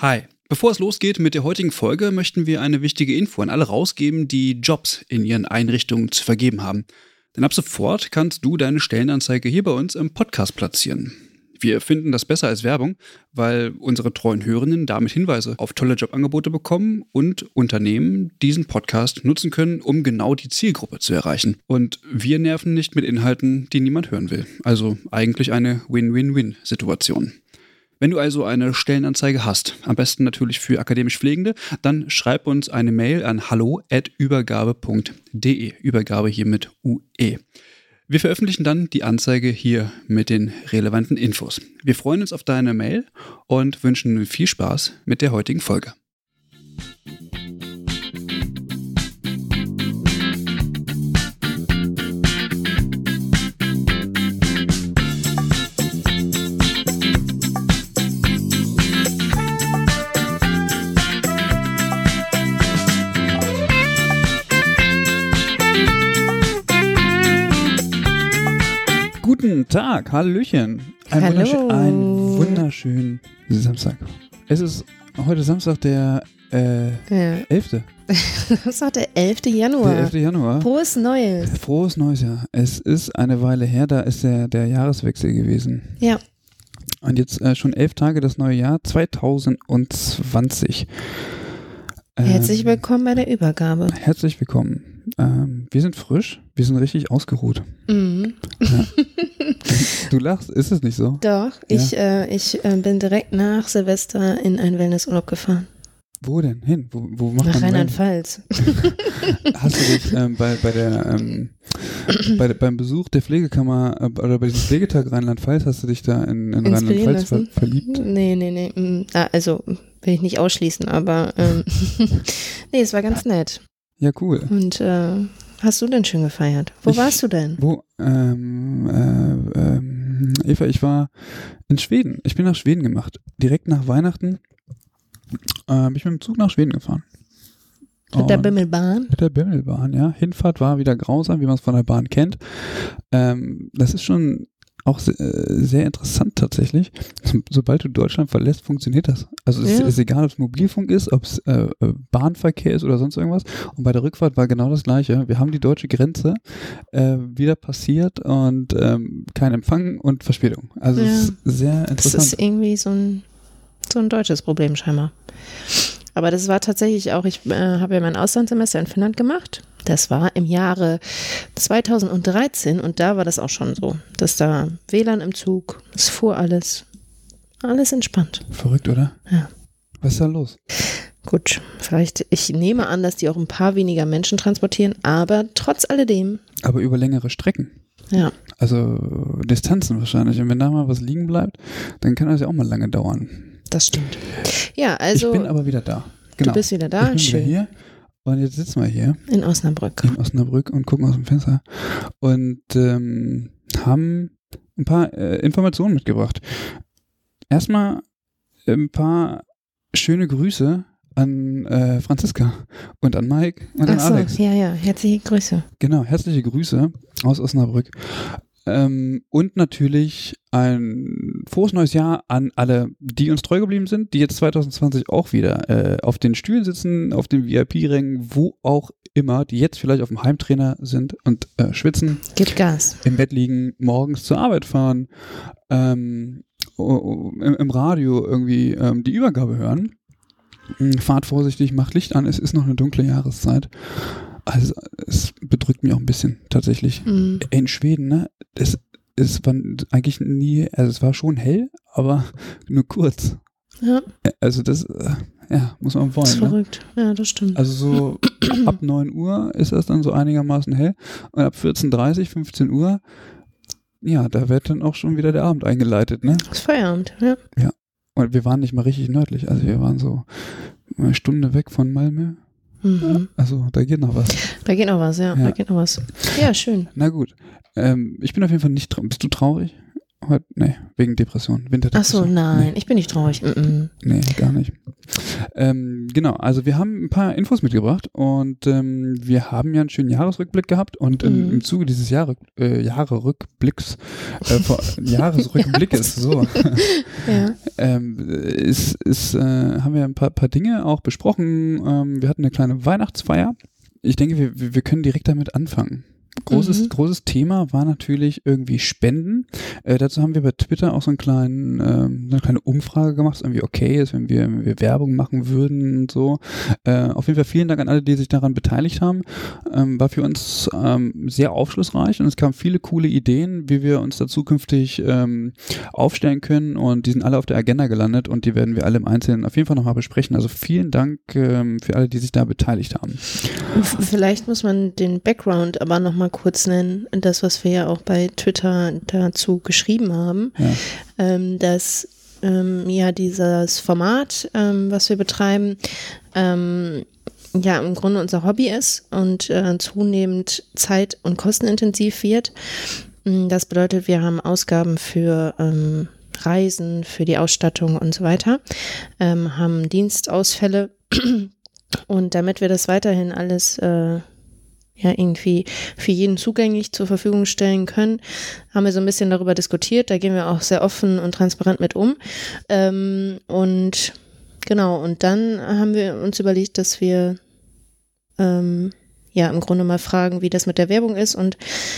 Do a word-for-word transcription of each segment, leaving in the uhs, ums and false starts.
Hi. Bevor es losgeht mit der heutigen Folge, möchten wir eine wichtige Info an alle rausgeben, die Jobs in ihren Einrichtungen zu vergeben haben. Denn ab sofort kannst du deine Stellenanzeige hier bei uns im Podcast platzieren. Wir finden das besser als Werbung, weil unsere treuen Hörerinnen damit Hinweise auf tolle Jobangebote bekommen und Unternehmen diesen Podcast nutzen können, um genau die Zielgruppe zu erreichen. Und wir nerven nicht mit Inhalten, die niemand hören will. Also eigentlich eine Win-Win-Win-Situation. Wenn du also eine Stellenanzeige hast, am besten natürlich für akademisch Pflegende, dann schreib uns eine Mail an hallo at übergabe punkt de. Übergabe hier mit U E. Wir veröffentlichen dann die Anzeige hier mit den relevanten Infos. Wir freuen uns auf deine Mail und wünschen viel Spaß mit der heutigen Folge. Guten Tag, Hallöchen. Ein Hallo. Wunderschön, ein wunderschönen Samstag. Es ist heute Samstag, der äh, Ja. elfte. Das ist doch der elfte Januar. Der elfte Januar. Frohes Neues. Frohes neues Jahr. Es ist eine Weile her, da ist der, der Jahreswechsel gewesen. Ja. Und jetzt äh, schon elf Tage das neue Jahr zwanzig zwanzig. Ähm, Herzlich willkommen bei der Übergabe. Herzlich willkommen. Ähm, wir sind frisch, wir sind richtig ausgeruht. Mhm. Ja. Du lachst, ist es nicht so? Doch, ich, äh, ich äh, bin direkt nach Silvester in einen Wellnessurlaub gefahren. Wo denn hin? Wo, wo macht Nach man Rheinland-Pfalz. Hast du dich ähm, bei, bei der, ähm, bei, beim Besuch der Pflegekammer äh, oder bei diesem Pflegetag Rheinland-Pfalz, hast du dich da in, in Inspirieren Rheinland-Pfalz ver lassen? verliebt? Nee, nee, nee. mm, ah, Also, will ich nicht ausschließen, aber ähm, nee, es war ganz nett. Ja, cool. Und äh, hast du denn schön gefeiert? Wo Ich- warst du denn? Wo? Ähm, äh, ähm, Eva, ich war in Schweden. Ich bin nach Schweden gemacht. Direkt nach Weihnachten äh, bin ich mit dem Zug nach Schweden gefahren. Mit der Und- Bimmelbahn? Mit der Bimmelbahn, ja. Hinfahrt war wieder grausam, wie man es von der Bahn kennt. Ähm, das ist schon auch se äh, sehr interessant tatsächlich. So, sobald du Deutschland verlässt, funktioniert das. Also es Ja. ist egal, ob es Mobilfunk ist, ob es äh, äh, Bahnverkehr ist oder sonst irgendwas. Und bei der Rückfahrt war genau das Gleiche. Wir haben die deutsche Grenze äh, wieder passiert und ähm, kein Empfang und Verspätung. Also Ja. es ist sehr Das interessant. ist irgendwie so ein, so ein deutsches Problem scheinbar. Aber das war tatsächlich auch, ich äh, habe ja mein Auslandssemester in Finnland gemacht. Das war im Jahre zweitausenddreizehn und da war das auch schon so, dass da W L A N im Zug, es fuhr alles, alles entspannt. Verrückt, oder? Ja. Was ist da los? Gut, vielleicht, ich nehme an, dass die auch ein paar weniger Menschen transportieren, aber trotz alledem, Aber über längere Strecken. ja, Also Distanzen wahrscheinlich. Und wenn da mal was liegen bleibt, dann kann das ja auch mal lange dauern. das stimmt. Ja, also, ich bin aber wieder da. Genau. du bist wieder da, ich bin schön, wieder hier. Und jetzt sitzen wir hier in Osnabrück. in Osnabrück und gucken aus dem Fenster und ähm, haben ein paar äh, Informationen mitgebracht. Erstmal ein paar schöne Grüße an äh, Franziska und an Mike und an Ach so, Alex. ja, ja, herzliche Grüße. Genau, herzliche Grüße aus Osnabrück. Ähm, und natürlich ein frohes neues Jahr an alle, die uns treu geblieben sind, die jetzt zwanzig zwanzig auch wieder äh, auf den Stühlen sitzen, auf den V I P-Rängen, wo auch immer, die jetzt vielleicht auf dem Heimtrainer sind und äh, schwitzen, Gib Gas. im Bett liegen, morgens zur Arbeit fahren, ähm, o- o- im, im Radio irgendwie ähm, die Übergabe hören. Mm, Fahrt vorsichtig, macht Licht an, es ist noch eine dunkle Jahreszeit. Also es bedrückt mich auch ein bisschen tatsächlich. Mhm. In Schweden, ne, es, es war eigentlich nie, also es war schon hell, aber nur kurz. Ja, Also das, äh, ja, muss man das wollen. ist Ne? verrückt. Ja, das stimmt. Also so ab neun Uhr ist das dann so einigermaßen hell und ab vierzehn Uhr dreißig, fünfzehn Uhr, ja, da wird dann auch schon wieder der Abend eingeleitet, ne? Das ist Feierabend, ja. Und wir waren nicht mal richtig nördlich, also wir waren so eine Stunde weg von Malmö. Mhm. Also da geht noch was. Da geht noch was, ja, Ja. da geht noch was. Ja, schön. Na gut, ähm, ich bin auf jeden Fall nicht traurig. Bist du traurig? Heute? Nee, wegen Depression, Ach so, Winterdepression. nein, ich bin nicht traurig. Mhm. Nee, nee, gar nicht. Ähm, genau, also wir haben ein paar Infos mitgebracht und ähm, wir haben ja einen schönen Jahresrückblick gehabt und im, im Zuge dieses Jahre, äh, Jahre-Rückblicks, äh, vor, Jahresrückblickes, so, ja. ähm, ist, ist, äh, haben wir ein paar, paar Dinge auch besprochen. Ähm, wir hatten eine kleine Weihnachtsfeier. Ich denke, wir, wir können direkt damit anfangen. Großes, mhm. großes Thema war natürlich irgendwie Spenden. Äh, dazu haben wir bei Twitter auch so einen kleinen, ähm, eine kleine Umfrage gemacht, was irgendwie okay ist, wenn wir, wenn wir Werbung machen würden und so. Äh, auf jeden Fall vielen Dank an alle, die sich daran beteiligt haben. Ähm, war für uns ähm, sehr aufschlussreich und es kamen viele coole Ideen, wie wir uns da zukünftig ähm, aufstellen können und die sind alle auf der Agenda gelandet und die werden wir alle im Einzelnen auf jeden Fall nochmal besprechen. Also vielen Dank ähm, für alle, die sich da beteiligt haben. Vielleicht muss man den Background aber nochmal kurz nennen, das, was wir ja auch bei Twitter dazu geschrieben haben, ja. ähm, dass ähm, ja dieses Format, ähm, was wir betreiben, ähm, ja im Grunde unser Hobby ist und äh, zunehmend zeit- und kostenintensiv wird. Das bedeutet, wir haben Ausgaben für ähm, Reisen, für die Ausstattung und so weiter, ähm, haben Dienstausfälle und damit wir das weiterhin alles äh, ja irgendwie für jeden zugänglich zur Verfügung stellen können, haben wir so ein bisschen darüber diskutiert. Da gehen wir auch sehr offen und transparent mit um. Ähm, und genau, und dann haben wir uns überlegt, dass wir ähm, ja im Grunde mal fragen, wie das mit der Werbung ist. Und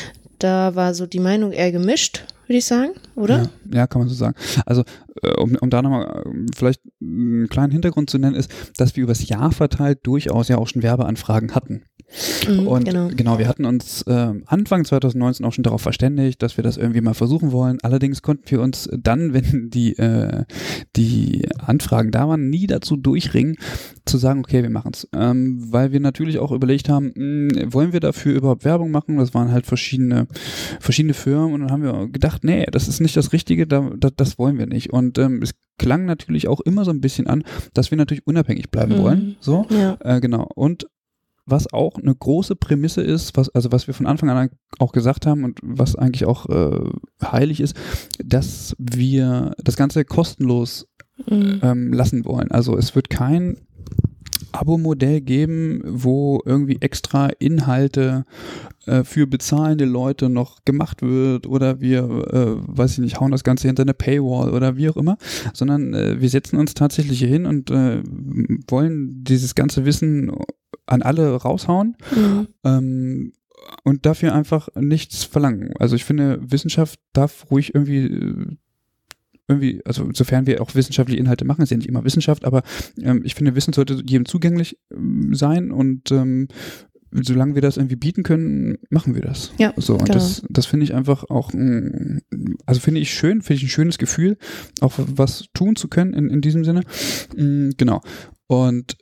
da war so die Meinung eher gemischt, würde ich sagen, oder? Ja, ja, kann man so sagen. Also um, um da nochmal vielleicht einen kleinen Hintergrund zu nennen, ist, dass wir übers Jahr verteilt durchaus ja auch schon Werbeanfragen hatten. Mhm, und genau. genau, wir hatten uns äh, Anfang zwanzig neunzehn auch schon darauf verständigt, dass wir das irgendwie mal versuchen wollen. Allerdings konnten wir uns dann, wenn die, äh, die Anfragen da waren, nie dazu durchringen, zu sagen, okay, wir machen es. Ähm, weil wir natürlich auch überlegt haben, mh, wollen wir dafür überhaupt Werbung machen? Das waren halt verschiedene, verschiedene Firmen und dann haben wir gedacht, nee, das ist nicht das Richtige, da, da, das wollen wir nicht. Und ähm, es klang natürlich auch immer so ein bisschen an, dass wir natürlich unabhängig bleiben mhm. wollen. So, ja. äh, genau. Und was auch eine große Prämisse ist, was, also was wir von Anfang an auch gesagt haben und was eigentlich auch äh, heilig ist, dass wir das Ganze kostenlos mhm. ähm, lassen wollen. Also es wird kein Abo-Modell geben, wo irgendwie extra Inhalte äh, für bezahlende Leute noch gemacht wird oder wir, äh, weiß ich nicht, hauen das Ganze hinter eine Paywall oder wie auch immer, sondern äh, wir setzen uns tatsächlich hier hin und äh, wollen dieses ganze Wissen an alle raushauen mhm. ähm, und dafür einfach nichts verlangen. Also ich finde, Wissenschaft darf ruhig irgendwie irgendwie, also insofern wir auch wissenschaftliche Inhalte machen, ist ja nicht immer Wissenschaft, aber ähm, ich finde, Wissen sollte jedem zugänglich ähm, sein und ähm, solange wir das irgendwie bieten können, machen wir das. Ja, so, und genau. das, das finde ich einfach auch, also finde ich schön, finde ich ein schönes Gefühl, auch was tun zu können in, in diesem Sinne. Genau. Und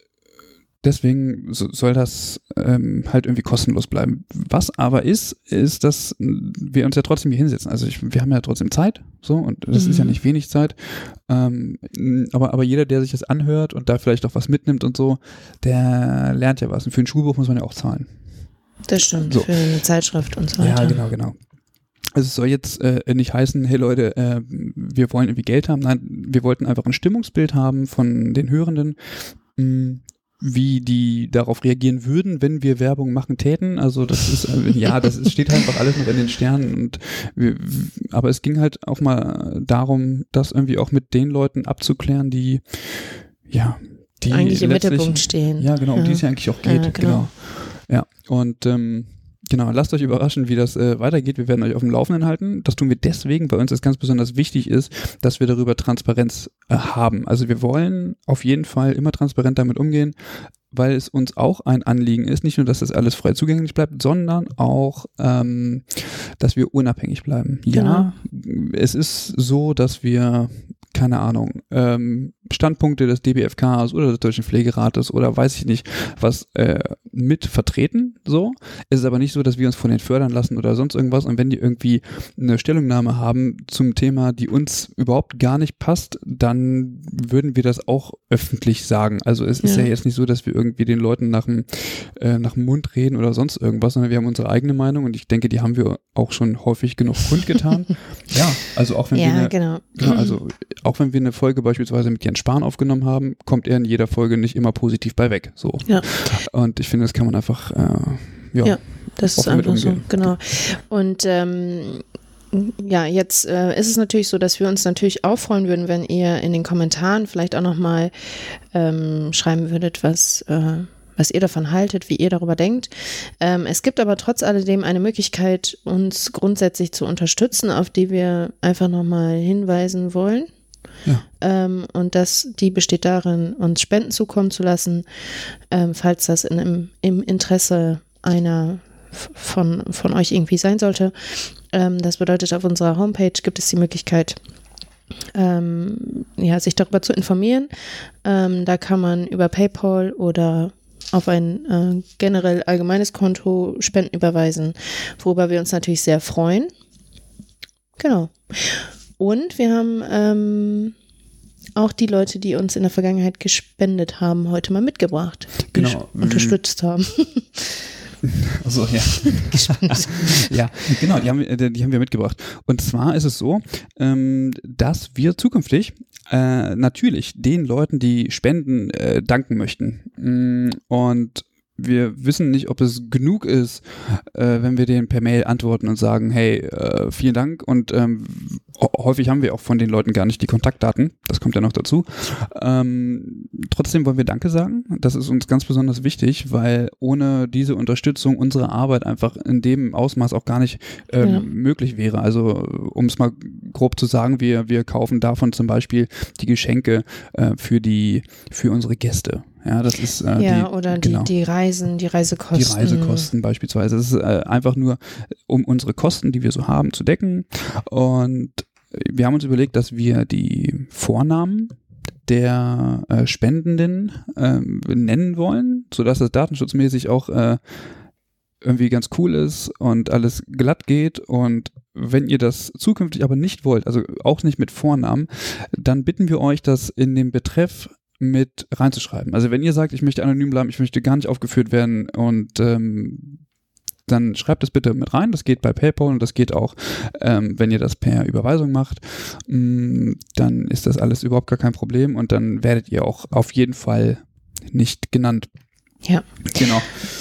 deswegen soll das ähm, halt irgendwie kostenlos bleiben. Was aber ist, ist, dass wir uns ja trotzdem hier hinsetzen. Also ich, wir haben ja trotzdem Zeit, so, und das mhm. ist ja nicht wenig Zeit. Ähm, aber, aber jeder, der sich das anhört und da vielleicht auch was mitnimmt und so, der lernt ja was. Und für ein Schulbuch muss man ja auch zahlen. Das stimmt, so. Für eine Zeitschrift und so weiter. Ja, genau, genau. Also es soll jetzt äh, nicht heißen, hey Leute, äh, wir wollen irgendwie Geld haben. Nein, wir wollten einfach ein Stimmungsbild haben von den Hörenden, mh, wie die darauf reagieren würden, wenn wir Werbung machen täten. Also das ist, ja, das ist, steht halt einfach alles noch in den Sternen. Und wir, aber es ging halt auch mal darum, das irgendwie auch mit den Leuten abzuklären, die, ja, die eigentlich im Mittelpunkt stehen. Ja, genau, um ja. die es ja eigentlich auch geht. Ja, genau. genau. Ja, und ähm, genau, lasst euch überraschen, wie das äh, weitergeht. Wir werden euch auf dem Laufenden halten. Das tun wir deswegen, weil uns das ganz besonders wichtig ist, dass wir darüber Transparenz äh, haben. Also wir wollen auf jeden Fall immer transparent damit umgehen, weil es uns auch ein Anliegen ist, nicht nur, dass das alles frei zugänglich bleibt, sondern auch, ähm, dass wir unabhängig bleiben. Ja, genau. Es ist so, dass wir, keine Ahnung, ähm, Standpunkte des D B F Ks oder des Deutschen Pflegerates oder weiß ich nicht, was äh, mit vertreten, so. Es ist aber nicht so, dass wir uns von denen fördern lassen oder sonst irgendwas, und wenn die irgendwie eine Stellungnahme haben zum Thema, die uns überhaupt gar nicht passt, dann würden wir das auch öffentlich sagen. Also es ist ja, ja jetzt nicht so, dass wir irgendwie den Leuten nach dem, äh, nach dem Mund reden oder sonst irgendwas, sondern wir haben unsere eigene Meinung und ich denke, die haben wir auch schon häufig genug kundgetan. Ja, also auch wenn ja, wir eine, genau. genau, also auch wenn wir eine Folge beispielsweise mit Jens Spahn aufgenommen haben, kommt er in jeder Folge nicht immer positiv bei weg. So. Ja. Und ich finde, das kann man einfach, äh, ja, ja, das ist einfach so, genau. Und ähm, ja, jetzt äh, ist es natürlich so, dass wir uns natürlich auch freuen würden, wenn ihr in den Kommentaren vielleicht auch nochmal ähm, schreiben würdet, was, äh, was ihr davon haltet, wie ihr darüber denkt. Ähm, es gibt aber trotz alledem eine Möglichkeit, uns grundsätzlich zu unterstützen, auf die wir einfach nochmal hinweisen wollen. Ja. Ähm, und das, die besteht darin, uns Spenden zukommen zu lassen, ähm, falls das in, im, im Interesse einer von, von euch irgendwie sein sollte. Ähm, das bedeutet, auf unserer Homepage gibt es die Möglichkeit, ähm, ja, sich darüber zu informieren. Ähm, da kann man über PayPal oder auf ein äh, generell allgemeines Konto Spenden überweisen, worüber wir uns natürlich sehr freuen. Genau. Und wir haben ähm, auch die Leute, die uns in der Vergangenheit gespendet haben, heute mal mitgebracht, die genau. unterstützt haben. Also ja. Ja, genau, die haben, die haben wir mitgebracht. Und zwar ist es so, ähm, dass wir zukünftig äh, natürlich den Leuten, die spenden, äh, danken möchten. Und wir wissen nicht, ob es genug ist, äh, wenn wir denen per Mail antworten und sagen, hey, äh, vielen Dank. Und ähm, häufig haben wir auch von den Leuten gar nicht die Kontaktdaten. Das kommt ja noch dazu. Ähm, trotzdem wollen wir Danke sagen. Das ist uns ganz besonders wichtig, weil ohne diese Unterstützung unsere Arbeit einfach in dem Ausmaß auch gar nicht ähm, ja. möglich wäre. Also um es mal grob zu sagen, wir, wir kaufen davon zum Beispiel die Geschenke äh, für die für unsere Gäste. Ja, das ist äh, ja, die, oder die, genau. die Reisen, die Reisekosten. Die Reisekosten beispielsweise. Das ist äh, einfach nur, um unsere Kosten, die wir so haben, zu decken. Und wir haben uns überlegt, dass wir die Vornamen der äh, Spendenden äh, nennen wollen, sodass das datenschutzmäßig auch äh, irgendwie ganz cool ist und alles glatt geht. Und wenn ihr das zukünftig aber nicht wollt, also auch nicht mit Vornamen, dann bitten wir euch, das in dem Betreff mit reinzuschreiben. Also wenn ihr sagt, ich möchte anonym bleiben, ich möchte gar nicht aufgeführt werden und ähm, dann schreibt es bitte mit rein. Das geht bei PayPal und das geht auch, ähm, wenn ihr das per Überweisung macht, mh, dann ist das alles überhaupt gar kein Problem und dann werdet ihr auch auf jeden Fall nicht genannt. Ja. Genau.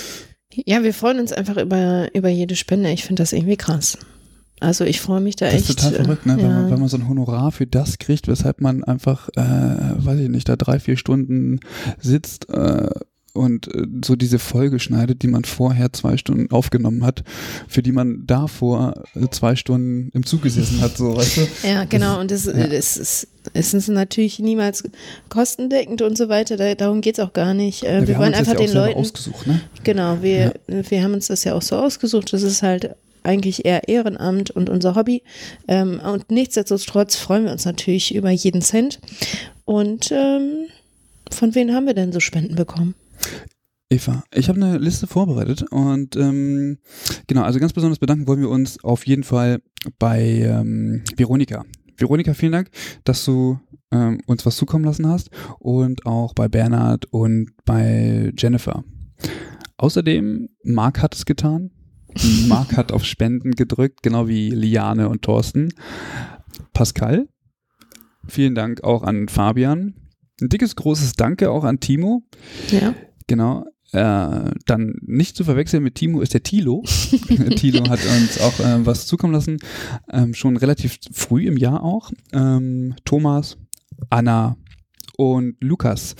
Ja, wir freuen uns einfach über, über jede Spende. Ich finde das irgendwie krass. Also ich freue mich da das echt. Das ist total verrückt, ne? Ja. wenn, man, wenn man so ein Honorar für das kriegt, weshalb man einfach, äh, weiß ich nicht, da drei, vier Stunden sitzt äh, und äh, so diese Folge schneidet, die man vorher zwei Stunden aufgenommen hat, für die man davor äh, zwei Stunden im Zug gesessen hat, so, weißt du? Ja, genau. Und das, ja. das ist, es ist natürlich niemals kostendeckend und so weiter. Da, darum geht es auch gar nicht. Äh, ja, wir, wir haben wollen uns einfach das ja den auch Leuten. Ausgesucht, ne? Genau, wir, ja. wir haben uns das ja auch so ausgesucht. Das ist halt eigentlich eher Ehrenamt und unser Hobby. Ähm, und nichtsdestotrotz freuen wir uns natürlich über jeden Cent. Und ähm, von wem haben wir denn so Spenden bekommen? Eva, ich habe eine Liste vorbereitet und ähm, genau, also ganz besonders bedanken wollen wir uns auf jeden Fall bei ähm, Veronika. Veronika, vielen Dank, dass du ähm, uns was zukommen lassen hast und auch bei Bernhard und bei Jennifer. Außerdem, Marc hat es getan. Marc hat auf Spenden gedrückt, genau wie Liane und Thorsten. Pascal, vielen Dank auch an Fabian. Ein dickes, großes Danke auch an Timo. Ja. Genau. Äh, dann nicht zu verwechseln mit Timo ist der Thilo. Thilo hat uns auch äh, was zukommen lassen, ähm, schon relativ früh im Jahr auch. Ähm, Thomas, Anna und Lukas.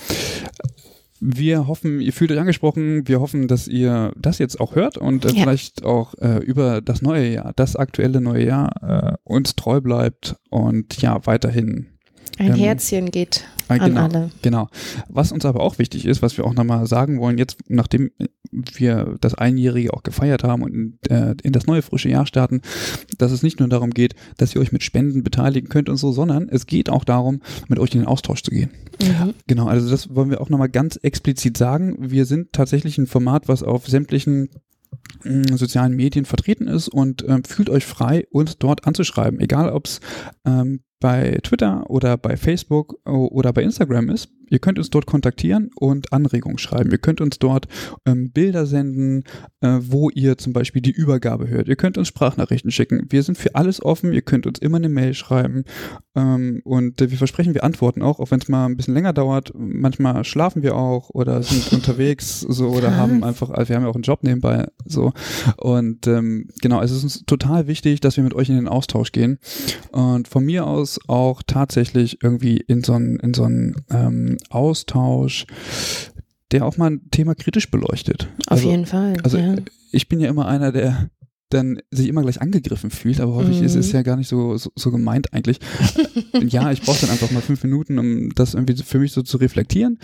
Wir hoffen, ihr fühlt euch angesprochen. Wir hoffen, dass ihr das jetzt auch hört und äh, ja. vielleicht auch äh, über das neue Jahr, das aktuelle neue Jahr äh, uns treu bleibt und ja, weiterhin ein ähm, Herzchen geht äh, an genau, alle. Genau. Was uns aber auch wichtig ist, was wir auch nochmal sagen wollen, jetzt nachdem wir das Einjährige auch gefeiert haben und in, äh, in das neue frische Jahr starten, dass es nicht nur darum geht, dass ihr euch mit Spenden beteiligen könnt und so, sondern es geht auch darum, mit euch in den Austausch zu gehen. Mhm. Genau, also das wollen wir auch nochmal ganz explizit sagen. Wir sind tatsächlich ein Format, was auf sämtlichen mh, sozialen Medien vertreten ist und ähm, fühlt euch frei, uns dort anzuschreiben, egal ob es ähm, bei Twitter oder bei Facebook oder bei Instagram ist. Ihr könnt uns dort kontaktieren und Anregungen schreiben. Ihr könnt uns dort ähm, Bilder senden, äh, wo ihr zum Beispiel die Übergabe hört. Ihr könnt uns Sprachnachrichten schicken. Wir sind für alles offen. Ihr könnt uns immer eine Mail schreiben. Ähm, und äh, wir versprechen, wir antworten auch, auch wenn es mal ein bisschen länger dauert. Manchmal schlafen wir auch oder sind unterwegs so oder haben einfach, also wir haben ja auch einen Job nebenbei so. Und ähm, genau, es ist uns total wichtig, dass wir mit euch in den Austausch gehen. Und von mir aus auch tatsächlich irgendwie in so einen in so einen ähm, Austausch, der auch mal ein Thema kritisch beleuchtet. Auf also, jeden Fall. Also ja. ich bin ja immer einer, der dann sich immer gleich angegriffen fühlt, aber häufig mhm. ist es ja gar nicht so, so, so gemeint eigentlich. Ja, ich brauche dann einfach mal fünf Minuten, um das irgendwie für mich so zu reflektieren.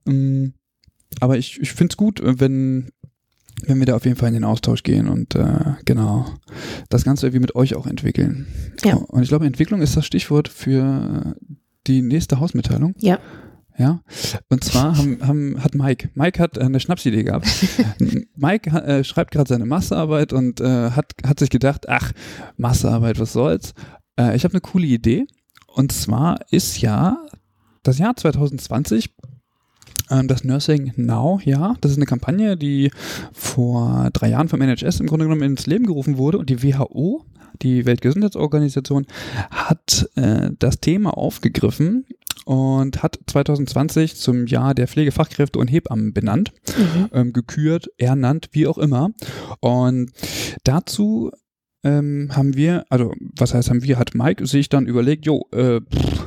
Aber ich, ich finde es gut, wenn wenn wir da auf jeden Fall in den Austausch gehen und äh, genau das Ganze irgendwie mit euch auch entwickeln. Ja. Und ich glaube, Entwicklung ist das Stichwort für die nächste Hausmitteilung. Ja. Ja, und zwar haben, haben, hat Mike, Mike hat eine Schnapsidee gehabt. Mike äh, schreibt gerade seine Masterarbeit und äh, hat, hat sich gedacht, ach, Masterarbeit, was soll's? Äh, ich habe eine coole Idee und zwar ist ja das Jahr zwanzig zwanzig das Nursing Now, ja, das ist eine Kampagne, die vor drei Jahren vom N H S im Grunde genommen ins Leben gerufen wurde und die W H O, die Weltgesundheitsorganisation, hat äh, das Thema aufgegriffen und hat zwanzig zwanzig zum Jahr der Pflegefachkräfte und Hebammen benannt, mhm. ähm, gekürt, ernannt, wie auch immer. Und dazu ähm, haben wir, also was heißt haben wir, hat Mike sich dann überlegt, jo, äh, pff,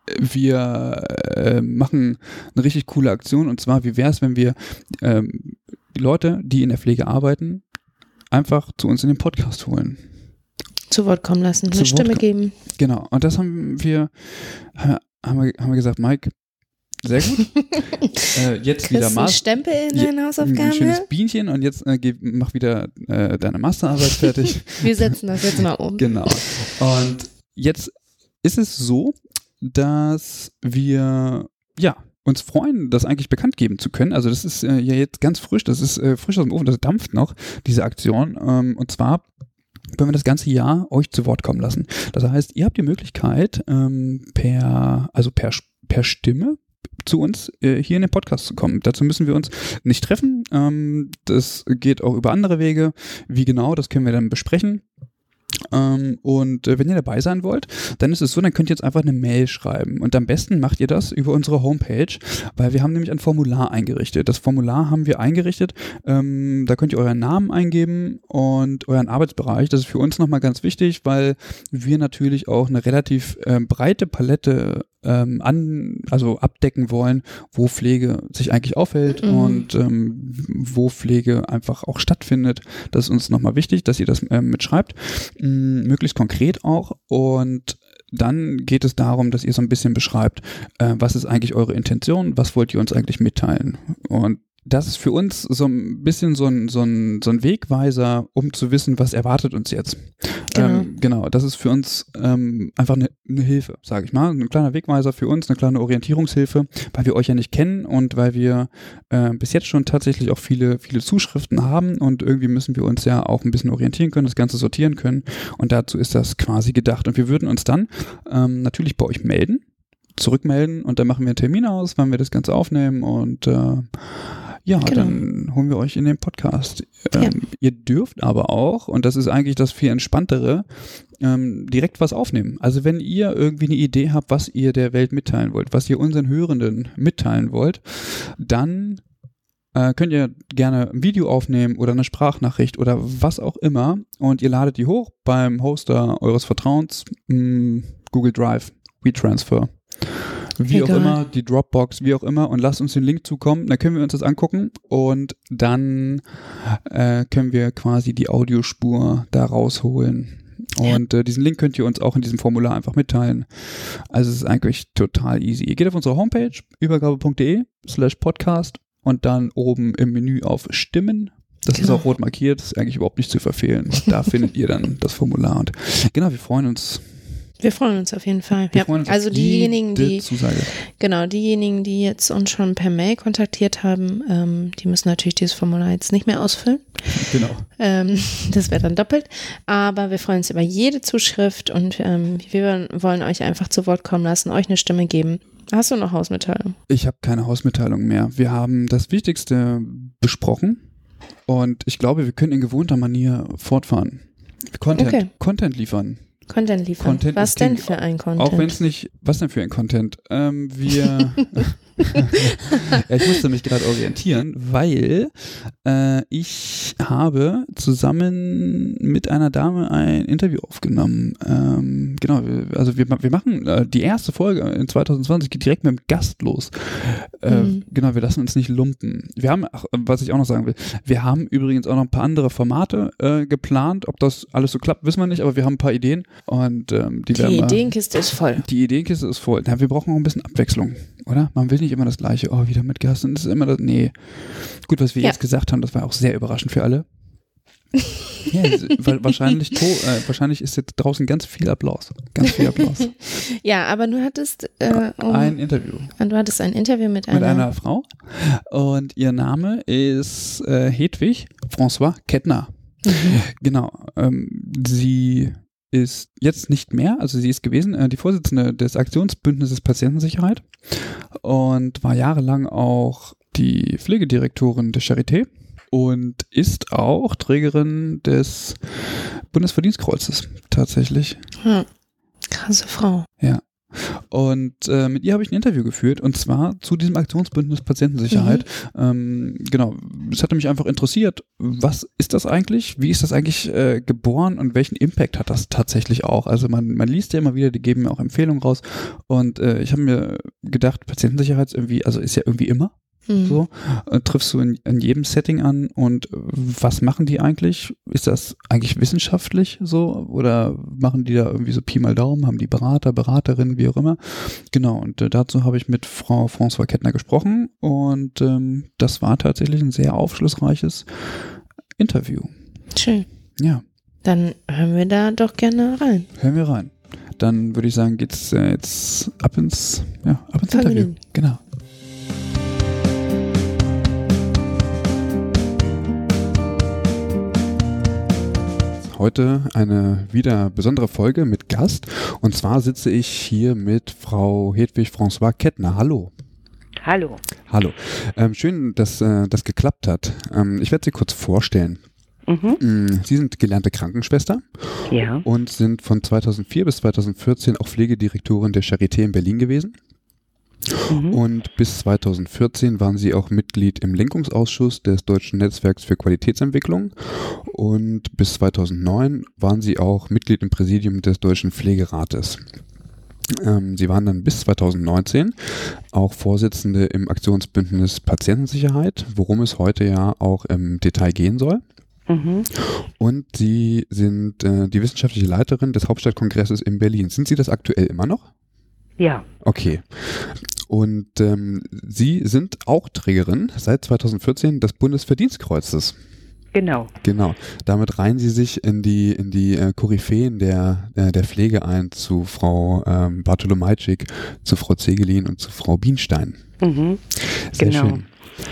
wir äh, machen eine richtig coole Aktion und zwar, wie wäre es, wenn wir ähm, die Leute, die in der Pflege arbeiten, einfach zu uns in den Podcast holen. Zu Wort kommen lassen, zu eine Stimme Wort, geben. Genau, und das haben wir, haben wir, haben wir gesagt, Mike, sehr gut. äh, jetzt wieder Master. Stempel in deinen Hausaufgaben. Ein schönes Bienchen und jetzt äh, geh, mach wieder äh, deine Masterarbeit fertig. Wir setzen das jetzt mal um. Genau. Und jetzt ist es so, dass wir, ja, uns freuen, das eigentlich bekannt geben zu können. Also das ist äh, ja jetzt ganz frisch, das ist äh, frisch aus dem Ofen, das dampft noch, diese Aktion. Ähm, und zwar können wir das ganze Jahr euch zu Wort kommen lassen. Das heißt, ihr habt die Möglichkeit, ähm, per, also per, per Stimme zu uns äh, hier in den Podcast zu kommen. Dazu müssen wir uns nicht treffen. Ähm, das geht auch über andere Wege. Wie genau, das können wir dann besprechen. Ähm, und äh, wenn ihr dabei sein wollt, dann ist es so, dann könnt ihr jetzt einfach eine Mail schreiben und am besten macht ihr das über unsere Homepage, weil wir haben nämlich ein Formular eingerichtet. Das Formular haben wir eingerichtet, ähm, da könnt ihr euren Namen eingeben und euren Arbeitsbereich. Das ist für uns nochmal ganz wichtig, weil wir natürlich auch eine relativ äh, breite Palette ähm, an, also abdecken wollen, wo Pflege sich eigentlich aufhält mhm. und ähm, wo Pflege einfach auch stattfindet. Das ist uns nochmal wichtig, dass ihr das ähm, mitschreibt. Möglichst konkret auch und dann geht es darum, dass ihr so ein bisschen beschreibt, äh, was ist eigentlich eure Intention, was wollt ihr uns eigentlich mitteilen und das ist für uns so ein bisschen so ein, so ein, so ein Wegweiser, um zu wissen, was erwartet uns jetzt. Genau, ähm, genau das ist für uns ähm, einfach eine, eine Hilfe, sage ich mal. Ein kleiner Wegweiser für uns, eine kleine Orientierungshilfe, weil wir euch ja nicht kennen und weil wir äh, bis jetzt schon tatsächlich auch viele, viele Zuschriften haben und irgendwie müssen wir uns ja auch ein bisschen orientieren können, das Ganze sortieren können und dazu ist das quasi gedacht. Und wir würden uns dann ähm, natürlich bei euch melden, zurückmelden und dann machen wir einen Termin aus, wann wir das Ganze aufnehmen und äh, ja, genau. Dann holen wir euch in den Podcast. Ähm, ja. Ihr dürft aber auch, und das ist eigentlich das viel entspanntere, ähm, direkt was aufnehmen. Also wenn ihr irgendwie eine Idee habt, was ihr der Welt mitteilen wollt, was ihr unseren Hörenden mitteilen wollt, dann äh, könnt ihr gerne ein Video aufnehmen oder eine Sprachnachricht oder was auch immer und ihr ladet die hoch beim Hoster eures Vertrauens, mh, Google Drive, WeTransfer. Wie Egal. Auch immer, die Dropbox, wie auch immer und lasst uns den Link zukommen, dann können wir uns das angucken und dann äh, können wir quasi die Audiospur da rausholen und äh, diesen Link könnt ihr uns auch in diesem Formular einfach mitteilen. Also es ist eigentlich total easy. Ihr geht auf unsere Homepage übergabe.de slash podcast und dann oben im Menü auf Stimmen. Das genau. ist auch rot markiert, das ist eigentlich überhaupt nicht zu verfehlen. Da findet ihr dann das Formular und genau, wir freuen uns. Wir freuen uns auf jeden Fall. Wir ja. freuen uns also auf diejenigen, die Zusage. Genau, diejenigen, die jetzt uns schon per Mail kontaktiert haben, ähm, die müssen natürlich dieses Formular jetzt nicht mehr ausfüllen. Genau. Ähm, das wäre dann doppelt. Aber wir freuen uns über jede Zuschrift und ähm, wir wollen euch einfach zu Wort kommen lassen, euch eine Stimme geben. Hast du noch Hausmitteilung? Ich habe keine Hausmitteilung mehr. Wir haben das Wichtigste besprochen und ich glaube, wir können in gewohnter Manier fortfahren. Content, Okay. Content liefern. Content liefern. Content Was ist denn King. für ein Content? Auch wenn es nicht, was denn für ein Content? Ähm, wir, ja, ich musste mich gerade orientieren, weil äh, ich habe zusammen mit einer Dame ein Interview aufgenommen. Ähm, genau, wir- also wir, wir machen äh, die erste Folge in zwanzig zwanzig geht direkt mit dem Gast los. Äh, Mhm. Genau, wir lassen uns nicht lumpen. Wir haben, ach, was ich auch noch sagen will, wir haben übrigens auch noch ein paar andere Formate äh, geplant. Ob das alles so klappt, wissen wir nicht, aber wir haben ein paar Ideen und ähm, die, Die werden wir, Ideenkiste ist voll. die Ideenkiste ist voll. Ja, wir brauchen auch ein bisschen Abwechslung, oder? Man will nicht immer das Gleiche. Oh, wieder mit Gast. Und das ist immer das. Nee. Gut, was wir Ja. jetzt gesagt haben, das war auch sehr überraschend für alle. Ja, es- weil wahrscheinlich, to, äh, wahrscheinlich ist jetzt draußen ganz viel Applaus. Ganz viel Applaus. Ja, aber du hattest, äh, um, Ein Interview du hattest ein Interview mit einer, mit einer Frau und ihr Name ist äh, Hedwig François Kettner. Genau. Ähm, sie ist jetzt nicht mehr, also sie ist gewesen, äh, die Vorsitzende des Aktionsbündnisses Patientensicherheit und war jahrelang auch die Pflegedirektorin der Charité und ist auch Trägerin des Bundesverdienstkreuzes tatsächlich. Hm. Krasse Frau. Ja. Und äh, mit ihr habe ich ein Interview geführt und zwar zu diesem Aktionsbündnis Patientensicherheit. Ähm, genau, es hatte mich einfach interessiert, was ist das eigentlich? Wie ist das eigentlich äh, geboren und welchen Impact hat das tatsächlich auch? Also man, man liest ja immer wieder, die geben mir auch Empfehlungen raus und äh, ich habe mir gedacht, Patientensicherheit ist irgendwie, also ist ja irgendwie immer. Mhm. So, äh, triffst du in, in jedem Setting an und äh, was machen die eigentlich? Ist das eigentlich wissenschaftlich so oder machen die da irgendwie so Pi mal Daumen, haben die Berater, Beraterinnen, wie auch immer? Genau, und äh, dazu habe ich mit Frau François Kettner gesprochen und ähm, das war tatsächlich ein sehr aufschlussreiches Interview. Schön. Ja, Dann hören wir da doch gerne rein. hören wir rein. Dann würde ich sagen, geht's äh, jetzt ab ins, ja, ab ins Fangen wir Interview. an. Genau. Heute eine wieder besondere Folge mit Gast und zwar sitze ich hier mit Frau Hedwig François Kettner. Hallo. Hallo. Hallo. Ähm, schön, dass äh, das geklappt hat. Ähm, ich werde Sie kurz vorstellen. Mhm. Mm, Sie sind gelernte Krankenschwester Ja. und sind von zweitausendvier bis zweitausendvierzehn auch Pflegedirektorin der Charité in Berlin gewesen. Mhm. Und bis zweitausendvierzehn waren Sie auch Mitglied im Lenkungsausschuss des Deutschen Netzwerks für Qualitätsentwicklung und bis zweitausendneun waren Sie auch Mitglied im Präsidium des Deutschen Pflegerates. Ähm, Sie waren dann bis zweitausendneunzehn auch Vorsitzende im Aktionsbündnis Patientensicherheit, worum es heute ja auch im Detail gehen soll. Mhm. Und Sie sind äh, die wissenschaftliche Leiterin des Hauptstadtkongresses in Berlin. Sind Sie das aktuell immer noch? Ja. Okay. Und ähm, Sie sind auch Trägerin seit zweitausendvierzehn des Bundesverdienstkreuzes. Genau. Genau. Damit reihen Sie sich in die in die äh, Koryphäen der äh, der Pflege ein zu Frau ähm, Bartolomajczyk, zu Frau Zegelin und zu Frau Bienstein. Mhm. Sehr Genau. schön.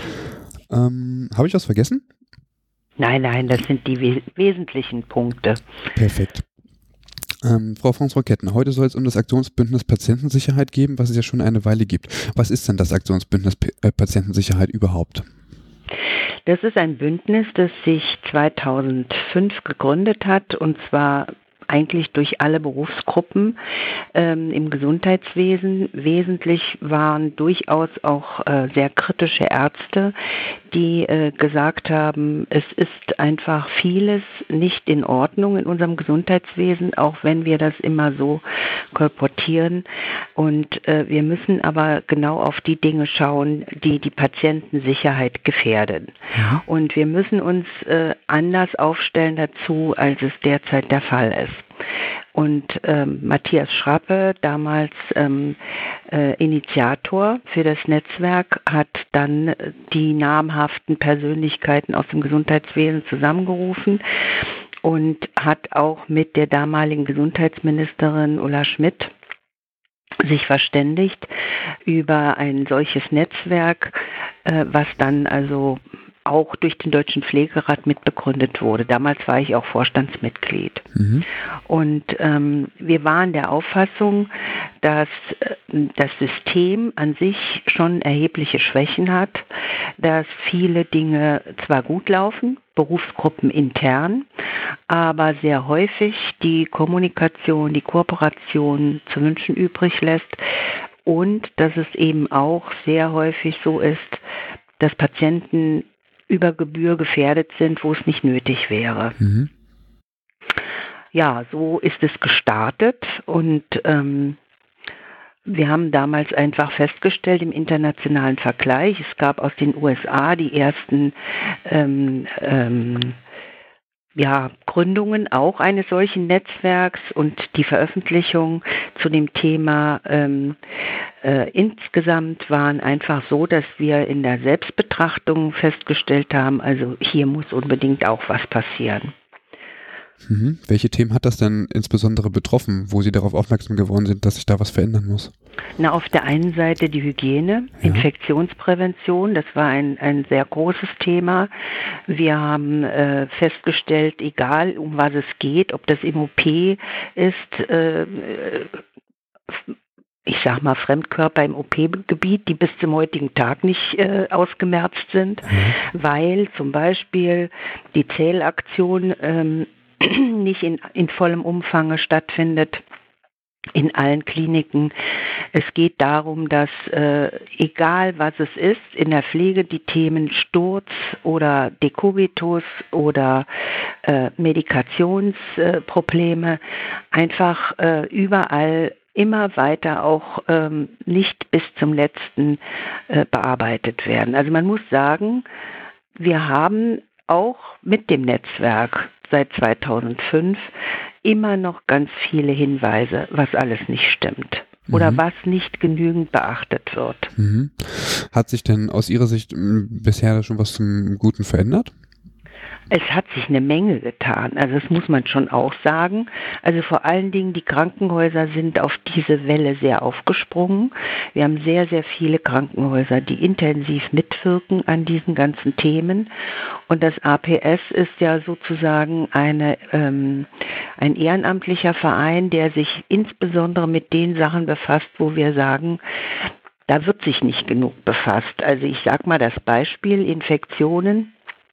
Ähm, Habe ich was vergessen? Nein, nein, das sind die we wesentlichen Punkte. Perfekt. Ähm, Frau François Kettner, heute soll es um das Aktionsbündnis Patientensicherheit gehen, was es ja schon eine Weile gibt. Was ist denn das Aktionsbündnis P äh, Patientensicherheit überhaupt? Das ist ein Bündnis, das sich zweitausendfünf gegründet hat, und zwar eigentlich durch alle Berufsgruppen ähm, im Gesundheitswesen. Wesentlich waren durchaus auch äh, sehr kritische Ärzte, die äh, gesagt haben, es ist einfach vieles nicht in Ordnung in unserem Gesundheitswesen, auch wenn wir das immer so kolportieren. Und äh, wir müssen aber genau auf die Dinge schauen, die die Patientensicherheit gefährden. Ja. Und wir müssen uns äh, anders aufstellen dazu, als es derzeit der Fall ist. Und ähm, Matthias Schrappe, damals ähm, äh, Initiator für das Netzwerk, hat dann die namhaften Persönlichkeiten aus dem Gesundheitswesen zusammengerufen und hat auch mit der damaligen Gesundheitsministerin Ulla Schmidt sich verständigt über ein solches Netzwerk, äh, was dann also auch durch den Deutschen Pflegerat mitbegründet wurde. Damals war ich auch Vorstandsmitglied. Mhm. Und ähm, wir waren der Auffassung, dass äh, das System an sich schon erhebliche Schwächen hat, dass viele Dinge zwar gut laufen, Berufsgruppen intern, aber sehr häufig die Kommunikation, die Kooperation zu wünschen übrig lässt und dass es eben auch sehr häufig so ist, dass Patienten über Gebühr gefährdet sind, wo es nicht nötig wäre. Mhm. Ja, so ist es gestartet und ähm, wir haben damals einfach festgestellt im internationalen Vergleich, es gab aus den U S A die ersten ähm, ähm, ja, Gründungen auch eines solchen Netzwerks und die Veröffentlichung zu dem Thema ähm, äh, insgesamt waren einfach so, dass wir in der Selbstbetrachtung festgestellt haben, also hier muss unbedingt auch was passieren. Mhm. Welche Themen hat das denn insbesondere betroffen, wo Sie darauf aufmerksam geworden sind, dass sich da was verändern muss? Na, auf der einen Seite die Hygiene, ja. Infektionsprävention, das war ein, ein sehr großes Thema. Wir haben äh, festgestellt, egal um was es geht, ob das im O P ist, äh, ich sag mal Fremdkörper im O P-Gebiet, die bis zum heutigen Tag nicht äh, ausgemerzt sind, mhm. weil zum Beispiel die Zählaktion ähm, nicht in, in vollem Umfang stattfindet in allen Kliniken. Es geht darum, dass äh, egal was es ist, in der Pflege die Themen Sturz oder Dekubitus oder äh, Medikationsprobleme äh, einfach äh, überall immer weiter auch ähm, nicht bis zum letzten äh, bearbeitet werden. Also man muss sagen, wir haben auch mit dem Netzwerk seit zweitausendfünf immer noch ganz viele Hinweise, was alles nicht stimmt oder mhm. was nicht genügend beachtet wird. Mhm. Hat sich denn aus Ihrer Sicht m, bisher schon was zum Guten verändert? Es hat sich eine Menge getan, also das muss man schon auch sagen. Also vor allen Dingen die Krankenhäuser sind auf diese Welle sehr aufgesprungen. Wir haben sehr, sehr viele Krankenhäuser, die intensiv mitwirken an diesen ganzen Themen. Und das A P S ist ja sozusagen eine, ähm, ein ehrenamtlicher Verein, der sich insbesondere mit den Sachen befasst, wo wir sagen, da wird sich nicht genug befasst. Also ich sage mal das Beispiel Infektionen.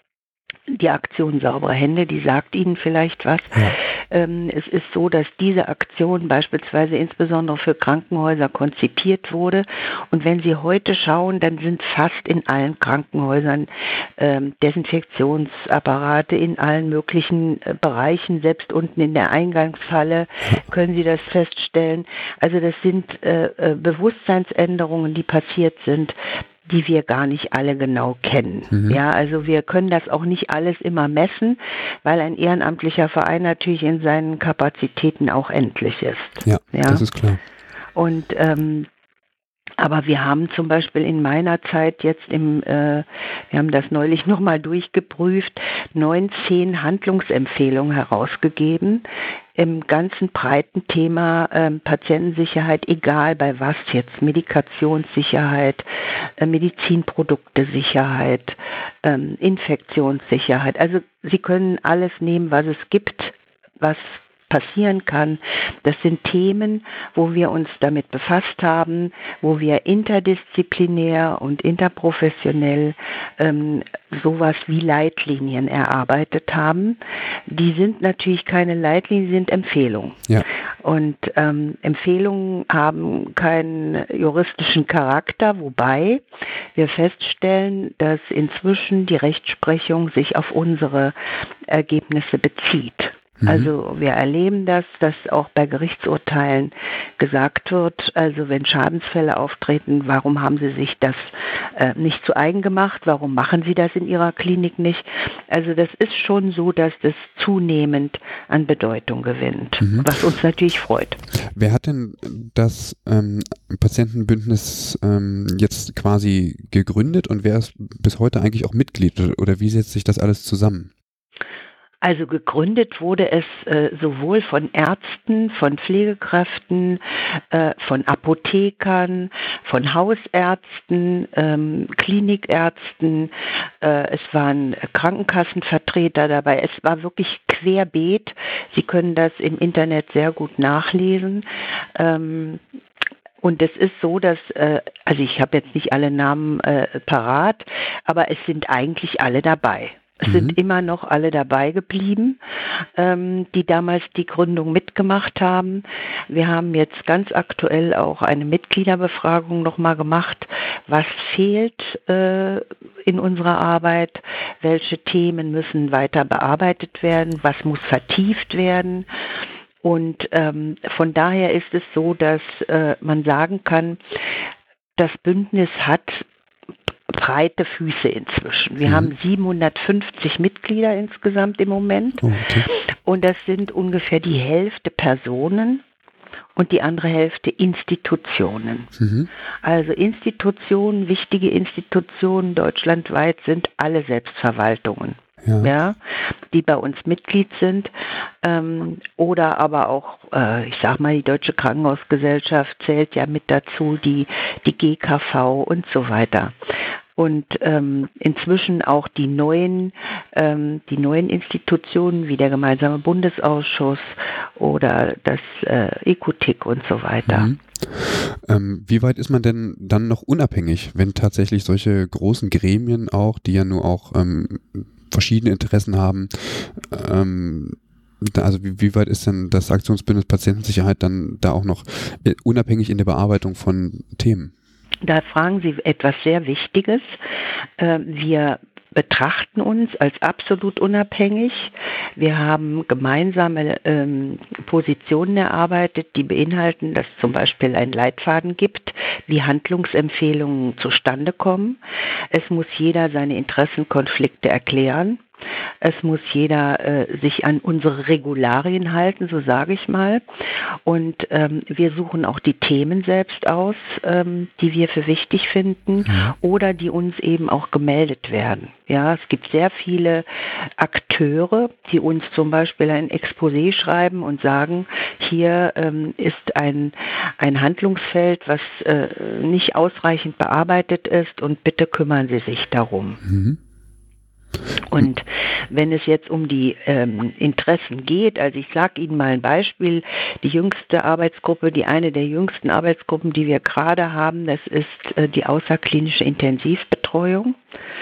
Die Aktion Saubere Hände, die sagt Ihnen vielleicht was. Ja. Ähm, es ist so, dass diese Aktion beispielsweise insbesondere für Krankenhäuser konzipiert wurde. Und wenn Sie heute schauen, dann sind fast in allen Krankenhäusern ähm, Desinfektionsapparate in allen möglichen äh, Bereichen. Selbst unten in der Eingangshalle können Sie das feststellen. Also das sind äh, äh, Bewusstseinsänderungen, die passiert sind, die wir gar nicht alle genau kennen. Mhm. Ja, also wir können das auch nicht alles immer messen, weil ein ehrenamtlicher Verein natürlich in seinen Kapazitäten auch endlich ist. Ja, ja? Das ist klar. Und ähm, aber wir haben zum Beispiel in meiner Zeit jetzt im, äh, wir haben das neulich nochmal durchgeprüft, neunzehn Handlungsempfehlungen herausgegeben im ganzen breiten Thema ähm, Patientensicherheit, egal bei was jetzt, Medikationssicherheit, äh, Medizinprodukte-Sicherheit, ähm, Infektionssicherheit. Also Sie können alles nehmen, was es gibt, was passieren kann. Das sind Themen, wo wir uns damit befasst haben, wo wir interdisziplinär und interprofessionell ähm, sowas wie Leitlinien erarbeitet haben. Die sind natürlich keine Leitlinien, die sind Empfehlungen. Ja. Und ähm, Empfehlungen haben keinen juristischen Charakter, wobei wir feststellen, dass inzwischen die Rechtsprechung sich auf unsere Ergebnisse bezieht. Also wir erleben das, dass auch bei Gerichtsurteilen gesagt wird, also wenn Schadensfälle auftreten, warum haben Sie sich das äh, nicht zu eigen gemacht, warum machen Sie das in Ihrer Klinik nicht? Also das ist schon so, dass das zunehmend an Bedeutung gewinnt, mhm. was uns natürlich freut. Wer hat denn das ähm, Patientenbündnis ähm, jetzt quasi gegründet und wer ist bis heute eigentlich auch Mitglied oder wie setzt sich das alles zusammen? Also gegründet wurde es äh, sowohl von Ärzten, von Pflegekräften, äh, von Apothekern, von Hausärzten, ähm, Klinikärzten. Äh, es waren Krankenkassenvertreter dabei. Es war wirklich querbeet. Sie können das im Internet sehr gut nachlesen. Ähm, Und es ist so, dass, äh, also ich habe jetzt nicht alle Namen äh, parat, aber es sind eigentlich alle dabei. Es mhm. sind immer noch alle dabei geblieben, ähm, die damals die Gründung mitgemacht haben. Wir haben jetzt ganz aktuell auch eine Mitgliederbefragung nochmal gemacht. Was fehlt äh, in unserer Arbeit? Welche Themen müssen weiter bearbeitet werden? Was muss vertieft werden? Und ähm, von daher ist es so, dass äh, man sagen kann, das Bündnis hat breite Füße inzwischen. Wir mhm. haben siebenhundertfünfzig Mitglieder insgesamt im Moment. Okay. Und das sind ungefähr die Hälfte Personen und die andere Hälfte Institutionen. Mhm. Also Institutionen, wichtige Institutionen deutschlandweit sind alle Selbstverwaltungen. Ja. ja, die bei uns Mitglied sind, ähm, oder aber auch, äh, ich sag mal, die Deutsche Krankenhausgesellschaft zählt ja mit dazu, die, die G K V und so weiter. Und ähm, inzwischen auch die neuen, ähm, die neuen Institutionen wie der Gemeinsame Bundesausschuss oder das äh, E Q T I C und so weiter. Mhm. Ähm, wie weit ist man denn dann noch unabhängig, wenn tatsächlich solche großen Gremien auch, die ja nur auch ähm, verschiedene Interessen haben, ähm, also wie, wie weit ist denn das Aktionsbündnis Patientensicherheit dann da auch noch äh, unabhängig in der Bearbeitung von Themen? Da fragen Sie etwas sehr Wichtiges. Äh, wir betrachten uns als absolut unabhängig. Wir haben gemeinsame ähm, Positionen erarbeitet, die beinhalten, dass es zum Beispiel einen Leitfaden gibt, wie Handlungsempfehlungen zustande kommen. Es muss jeder seine Interessenkonflikte erklären. Es muss jeder äh, sich an unsere Regularien halten, so sage ich mal. Und ähm, wir suchen auch die Themen selbst aus, ähm, die wir für wichtig finden ja. oder die uns eben auch gemeldet werden. Ja, es gibt sehr viele Akteure, die uns zum Beispiel ein Exposé schreiben und sagen, hier ähm, ist ein, ein Handlungsfeld, was äh, nicht ausreichend bearbeitet ist und bitte kümmern Sie sich darum. Mhm. Und wenn es jetzt um die ähm, Interessen geht, also ich sage Ihnen mal ein Beispiel, die jüngste Arbeitsgruppe, die eine der jüngsten Arbeitsgruppen, die wir gerade haben, das ist äh, die außerklinische Intensivbetreuung.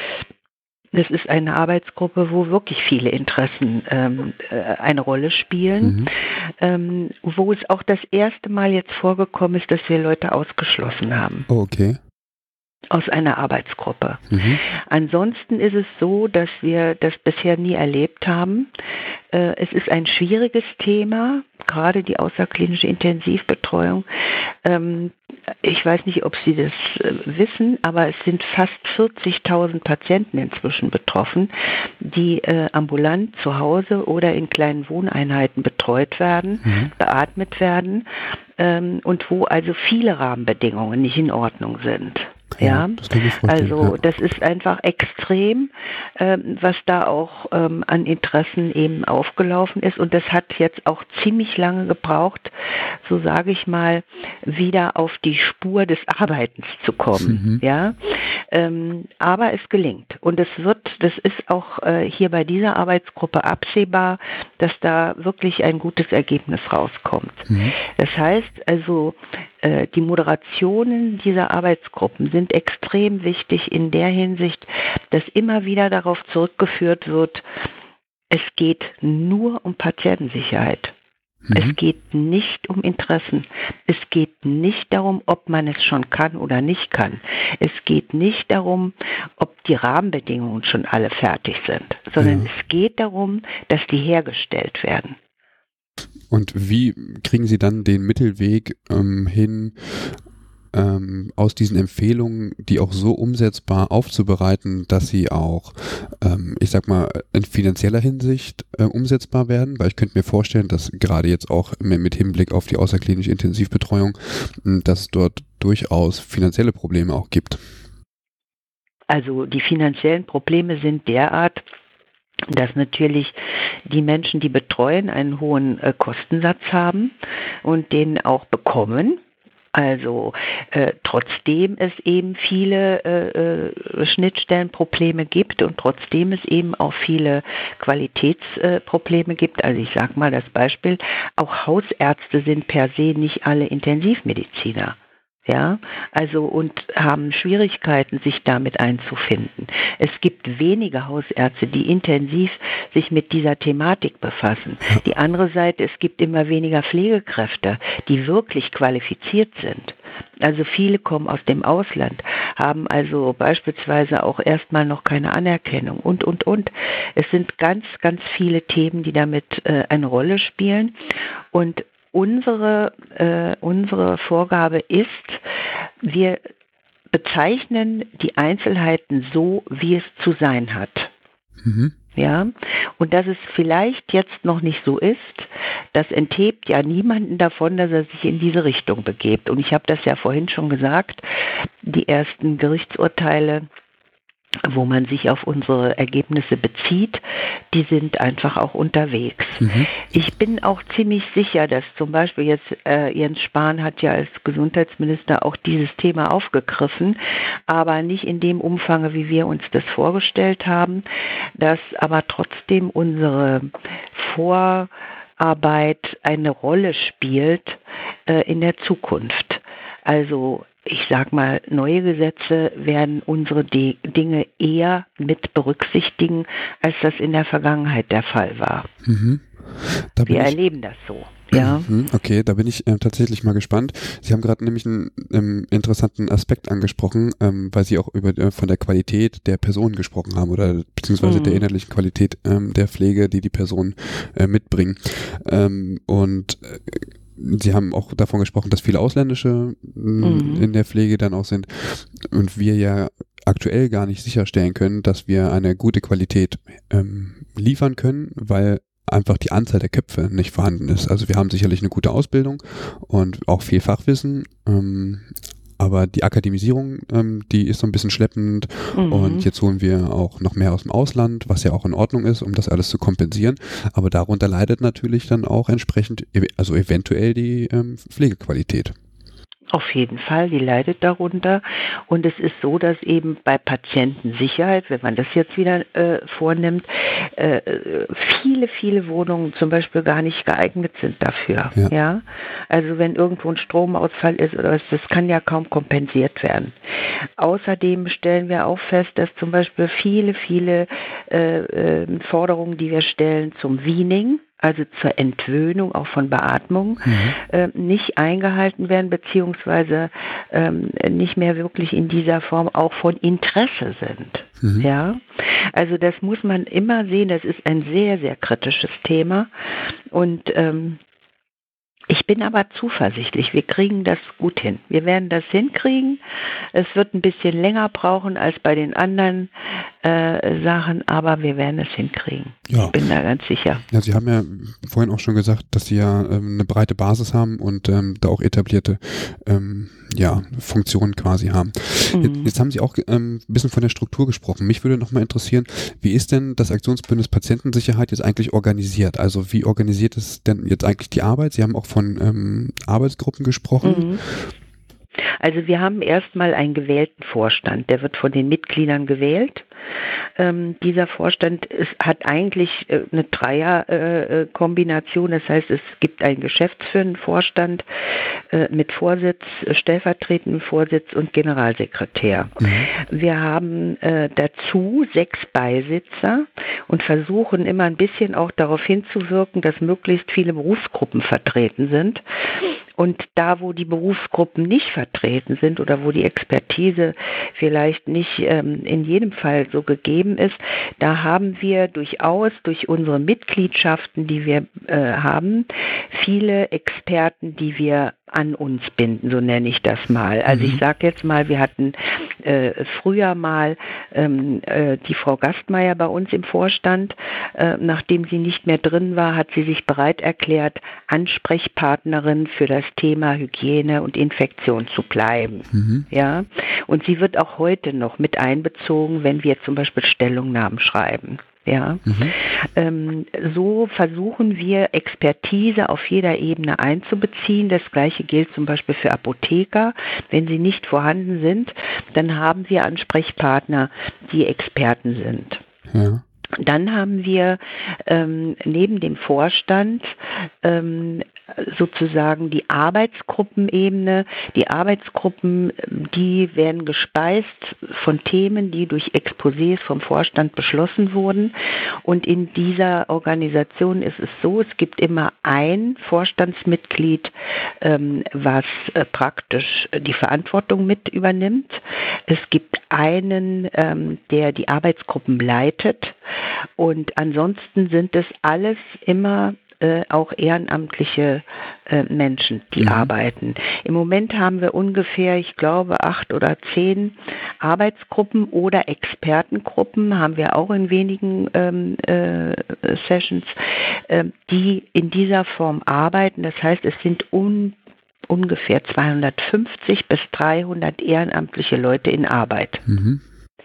Das ist eine Arbeitsgruppe, wo wirklich viele Interessen ähm, äh, eine Rolle spielen, mhm. ähm, wo es auch das erste Mal jetzt vorgekommen ist, dass wir Leute ausgeschlossen haben. Oh, okay. Aus einer Arbeitsgruppe. Mhm. Ansonsten ist es so, dass wir das bisher nie erlebt haben. Äh, es ist ein schwieriges Thema, gerade die außerklinische Intensivbetreuung. Ähm, ich weiß nicht, ob Sie das äh, wissen, aber es sind fast vierzigtausend Patienten inzwischen betroffen, die äh, ambulant zu Hause oder in kleinen Wohneinheiten betreut werden, mhm. beatmet werden ähm, und wo also viele Rahmenbedingungen nicht in Ordnung sind. Ja, ja, das kann ich vorstellen, also ja. Das ist einfach extrem, ähm, was da auch ähm, an Interessen eben aufgelaufen ist, und das hat jetzt auch ziemlich lange gebraucht, so sage ich mal, wieder auf die Spur des Arbeitens zu kommen. Mhm. Ja, ähm, aber es gelingt, und es wird, das ist auch äh, hier bei dieser Arbeitsgruppe absehbar, dass da wirklich ein gutes Ergebnis rauskommt. Mhm. Das heißt also, äh, die Moderationen dieser Arbeitsgruppen sind extrem wichtig in der Hinsicht, dass immer wieder darauf zurückgeführt wird, es geht nur um Patientensicherheit. Mhm. Es geht nicht um Interessen. Es geht nicht darum, ob man es schon kann oder nicht kann. Es geht nicht darum, ob die Rahmenbedingungen schon alle fertig sind, sondern ja. es geht darum, dass die hergestellt werden. Und wie kriegen Sie dann den Mittelweg ähm, hin, ähm, aus diesen Empfehlungen, die auch so umsetzbar aufzubereiten, dass sie auch, ähm, ich sag mal, in finanzieller Hinsicht äh, umsetzbar werden? Weil ich könnte mir vorstellen, dass gerade jetzt auch mit Hinblick auf die außerklinische Intensivbetreuung, dass es dort durchaus finanzielle Probleme auch gibt. Also die finanziellen Probleme sind derart, dass natürlich die Menschen, die betreuen, einen hohen äh, Kostensatz haben und den auch bekommen. Also äh, trotzdem es eben viele äh, äh, Schnittstellenprobleme gibt und trotzdem es eben auch viele Qualitätsprobleme äh, gibt. Also ich sage mal das Beispiel, auch Hausärzte sind per se nicht alle Intensivmediziner. Ja, also und haben Schwierigkeiten, sich damit einzufinden. Es gibt wenige Hausärzte, die intensiv sich mit dieser Thematik befassen. Die andere Seite, es gibt immer weniger Pflegekräfte, die wirklich qualifiziert sind. Also viele kommen aus dem Ausland, haben also beispielsweise auch erstmal noch keine Anerkennung und, und, und. Es sind ganz, ganz viele Themen, die damit äh, eine Rolle spielen und Unsere, äh, unsere Vorgabe ist, wir bezeichnen die Einzelheiten so, wie es zu sein hat. Mhm. Ja, und dass es vielleicht jetzt noch nicht so ist, das enthebt ja niemanden davon, dass er sich in diese Richtung begebt. Und ich habe das ja vorhin schon gesagt, die ersten Gerichtsurteile, wo man sich auf unsere Ergebnisse bezieht, die sind einfach auch unterwegs. Mhm. Ich bin auch ziemlich sicher, dass zum Beispiel jetzt äh, Jens Spahn hat ja als Gesundheitsminister auch dieses Thema aufgegriffen, aber nicht in dem Umfang, wie wir uns das vorgestellt haben, dass aber trotzdem unsere Vorarbeit eine Rolle spielt äh, in der Zukunft. Also ich sag mal, neue Gesetze werden unsere D- Dinge eher mit berücksichtigen, als das in der Vergangenheit der Fall war. Mhm. Da Wir ich, erleben das so. Ja. Okay, da bin ich äh, tatsächlich mal gespannt. Sie haben gerade nämlich einen ähm, interessanten Aspekt angesprochen, ähm, weil Sie auch über äh, von der Qualität der Person gesprochen haben oder beziehungsweise mhm. der inhaltlichen Qualität ähm, der Pflege, die die Person äh, mitbringen. Ähm, und äh, Sie haben auch davon gesprochen, dass viele Ausländische mhm. in der Pflege dann auch sind und wir ja aktuell gar nicht sicherstellen können, dass wir eine gute Qualität ähm, liefern können, weil einfach die Anzahl der Köpfe nicht vorhanden ist. Also wir haben sicherlich eine gute Ausbildung und auch viel Fachwissen, ähm, aber die Akademisierung, ähm, die ist so ein bisschen schleppend mhm. und jetzt holen wir auch noch mehr aus dem Ausland, was ja auch in Ordnung ist, um das alles zu kompensieren. Aber darunter leidet natürlich dann auch entsprechend, also eventuell die ähm, Pflegequalität. Auf jeden Fall, die leidet darunter. Und es ist so, dass eben bei Patientensicherheit, wenn man das jetzt wieder äh, vornimmt, äh, viele, viele Wohnungen zum Beispiel gar nicht geeignet sind dafür. Ja. Ja? Also wenn irgendwo ein Stromausfall ist oder was, das kann ja kaum kompensiert werden. Außerdem stellen wir auch fest, dass zum Beispiel viele, viele äh, äh, Forderungen, die wir stellen zum Weaning, also zur Entwöhnung auch von Beatmung, mhm. äh, nicht eingehalten werden, beziehungsweise ähm, nicht mehr wirklich in dieser Form auch von Interesse sind. Mhm. Ja, also das muss man immer sehen, das ist ein sehr, sehr kritisches Thema und ähm, ich bin aber zuversichtlich, wir kriegen das gut hin. Wir werden das hinkriegen. Es wird ein bisschen länger brauchen als bei den anderen äh, Sachen, aber wir werden es hinkriegen. Ja. Ich bin da ganz sicher. Ja, Sie haben ja vorhin auch schon gesagt, dass Sie ja ähm, eine breite Basis haben und ähm, da auch etablierte ähm, ja, Funktionen quasi haben. Mhm. Jetzt, jetzt haben Sie auch ähm, ein bisschen von der Struktur gesprochen. Mich würde noch mal interessieren, wie ist denn das Aktionsbündnis Patientensicherheit jetzt eigentlich organisiert? Also wie organisiert es denn jetzt eigentlich die Arbeit? Sie haben auch von ähm, Arbeitsgruppen gesprochen. Mhm. Also wir haben erstmal einen gewählten Vorstand, der wird von den Mitgliedern gewählt. Ähm, dieser Vorstand ist, hat eigentlich äh, eine Dreier-Kombination, äh, das heißt, es gibt einen geschäftsführenden Vorstand äh, mit Vorsitz, stellvertretendem Vorsitz und Generalsekretär. Mhm. Wir haben äh, dazu sechs Beisitzer und versuchen immer ein bisschen auch darauf hinzuwirken, dass möglichst viele Berufsgruppen vertreten sind. Und da, wo die Berufsgruppen nicht vertreten sind oder wo die Expertise vielleicht nicht ähm, in jedem Fall so gegeben ist, da haben wir durchaus durch unsere Mitgliedschaften, die wir äh, haben, viele Experten, die wir an uns binden, so nenne ich das mal. Also ich sage jetzt mal, wir hatten äh, früher mal ähm, äh, die Frau Gastmeier bei uns im Vorstand. Äh, nachdem sie nicht mehr drin war, hat sie sich bereit erklärt, Ansprechpartnerin für das Thema Hygiene und Infektion zu bleiben. Mhm. Ja? Und sie wird auch heute noch mit einbezogen, wenn wir zum Beispiel Stellungnahmen schreiben. Ja, Mhm. ähm, so versuchen wir Expertise auf jeder Ebene einzubeziehen. Das Gleiche gilt zum Beispiel für Apotheker. Wenn sie nicht vorhanden sind, dann haben wir Ansprechpartner, die Experten sind. Ja. Dann haben wir ähm, neben dem Vorstand ähm, sozusagen die Arbeitsgruppenebene. Die Arbeitsgruppen, die werden gespeist von Themen, die durch Exposés vom Vorstand beschlossen wurden. Und in dieser Organisation ist es so, es gibt immer ein Vorstandsmitglied, ähm, was äh, praktisch die Verantwortung mit übernimmt. Es gibt einen, ähm, der die Arbeitsgruppen leitet. Und ansonsten sind es alles immer äh, auch ehrenamtliche äh, Menschen, die Mhm. arbeiten. Im Moment haben wir ungefähr, ich glaube, acht oder zehn Arbeitsgruppen oder Expertengruppen, haben wir auch in wenigen ähm, äh, Sessions, äh, die in dieser Form arbeiten. Das heißt, es sind un ungefähr zweihundertfünfzig bis dreihundert ehrenamtliche Leute in Arbeit. Mhm.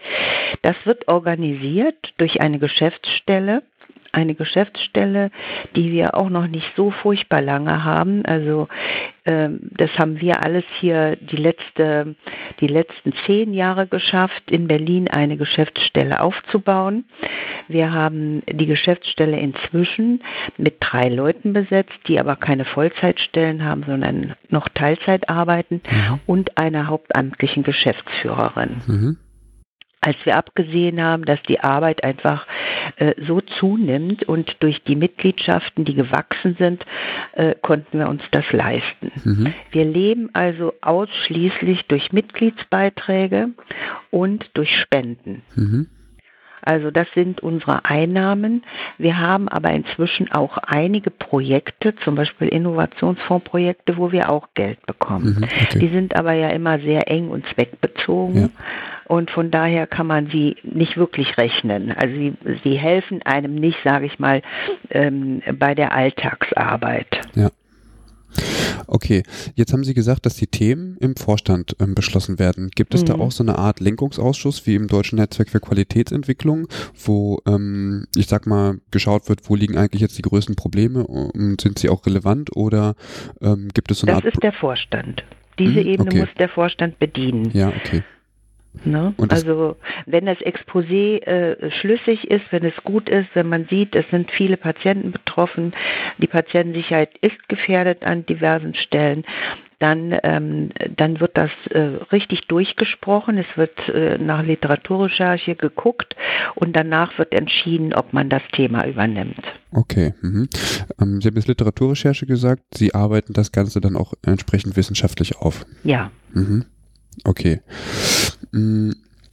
Das wird organisiert durch eine Geschäftsstelle, eine Geschäftsstelle, die wir auch noch nicht so furchtbar lange haben. Also ähm, das haben wir alles hier die letzte, die letzten zehn Jahre geschafft, in Berlin eine Geschäftsstelle aufzubauen. Wir haben die Geschäftsstelle inzwischen mit drei Leuten besetzt, die aber keine Vollzeitstellen haben, sondern noch Teilzeit arbeiten, Mhm. und einer hauptamtlichen Geschäftsführerin. Mhm. Als wir abgesehen haben, dass die Arbeit einfach äh, so zunimmt und durch die Mitgliedschaften, die gewachsen sind, äh, konnten wir uns das leisten. Mhm. Wir leben also ausschließlich durch Mitgliedsbeiträge und durch Spenden. Mhm. Also das sind unsere Einnahmen. Wir haben aber inzwischen auch einige Projekte, zum Beispiel Innovationsfondsprojekte, wo wir auch Geld bekommen. Mhm. Okay. Die sind aber ja immer sehr eng und zweckbezogen. Ja. Und von daher kann man sie nicht wirklich rechnen. Also sie, sie helfen einem nicht, sage ich mal, ähm, bei der Alltagsarbeit. Ja. Okay, jetzt haben Sie gesagt, dass die Themen im Vorstand ähm, beschlossen werden. Gibt es Mhm. da auch so eine Art Lenkungsausschuss wie im Deutschen Netzwerk für Qualitätsentwicklung, wo, ähm, ich sag mal, geschaut wird, wo liegen eigentlich jetzt die größten Probleme und sind sie auch relevant, oder ähm, gibt es so eine Das Art... ist der Vorstand. Diese Mhm, Ebene okay. muss der Vorstand bedienen. Ja, okay. Ne? Und das- Also wenn das Exposé äh, schlüssig ist, wenn es gut ist, wenn man sieht, es sind viele Patienten betroffen, die Patientensicherheit ist gefährdet an diversen Stellen, dann, ähm, dann wird das äh, richtig durchgesprochen, es wird äh, nach Literaturrecherche geguckt und danach wird entschieden, ob man das Thema übernimmt. Okay. Mhm. Ähm, Sie haben jetzt Literaturrecherche gesagt, Sie arbeiten das Ganze dann auch entsprechend wissenschaftlich auf. Ja. Mhm. Okay. Mm,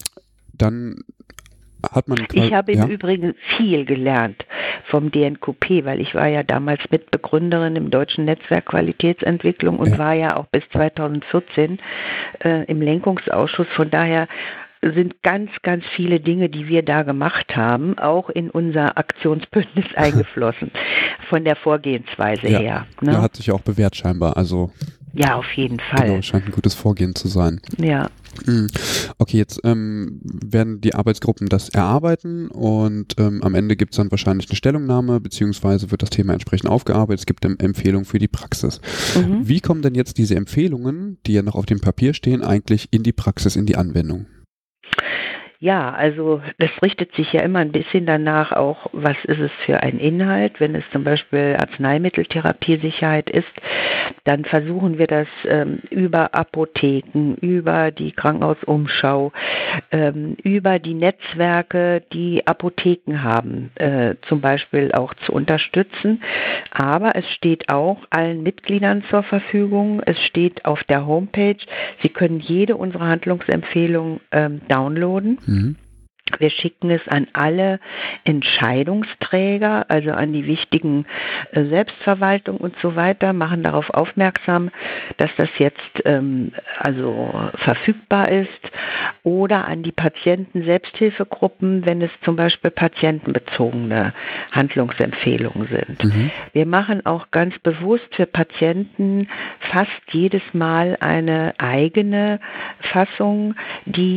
Dann hat man quasi, Ich habe im ja? Übrigen viel gelernt vom D N Q P, weil ich war ja damals Mitbegründerin im Deutschen Netzwerk Qualitätsentwicklung und Ja. war ja auch bis zweitausendvierzehn äh, im Lenkungsausschuss. Von daher sind ganz, ganz viele Dinge, die wir da gemacht haben, auch in unser Aktionsbündnis eingeflossen, von der Vorgehensweise Ja. her. Ne? Ja, hat sich ja auch bewährt scheinbar. Also Ja, auf jeden Fall. genau, scheint ein gutes Vorgehen zu sein. Ja. Mm, Okay, jetzt ähm, werden die Arbeitsgruppen das erarbeiten und ähm, am Ende gibt es dann wahrscheinlich eine Stellungnahme, beziehungsweise wird das Thema entsprechend aufgearbeitet. Es gibt eine Empfehlung für die Praxis. Mhm. Wie kommen denn jetzt diese Empfehlungen, die ja noch auf dem Papier stehen, eigentlich in die Praxis, in die Anwendung? Ja, also das richtet sich ja immer ein bisschen danach auch, was ist es für ein Inhalt. Wenn es zum Beispiel Arzneimitteltherapiesicherheit ist, dann versuchen wir das ähm, über Apotheken, über die Krankenhausumschau, ähm, über die Netzwerke, die Apotheken haben, äh, zum Beispiel auch zu unterstützen. Aber es steht auch allen Mitgliedern zur Verfügung. Es steht auf der Homepage. Sie können jede unserer Handlungsempfehlungen ähm, downloaden. Mhm. Wir schicken es an alle Entscheidungsträger, also an die wichtigen äh, Selbstverwaltung und so weiter, machen darauf aufmerksam, dass das jetzt ähm, also verfügbar ist, oder an die Patienten-Selbsthilfegruppen, wenn es zum Beispiel patientenbezogene Handlungsempfehlungen sind. Mhm. Wir machen auch ganz bewusst für Patienten fast jedes Mal eine eigene Fassung, die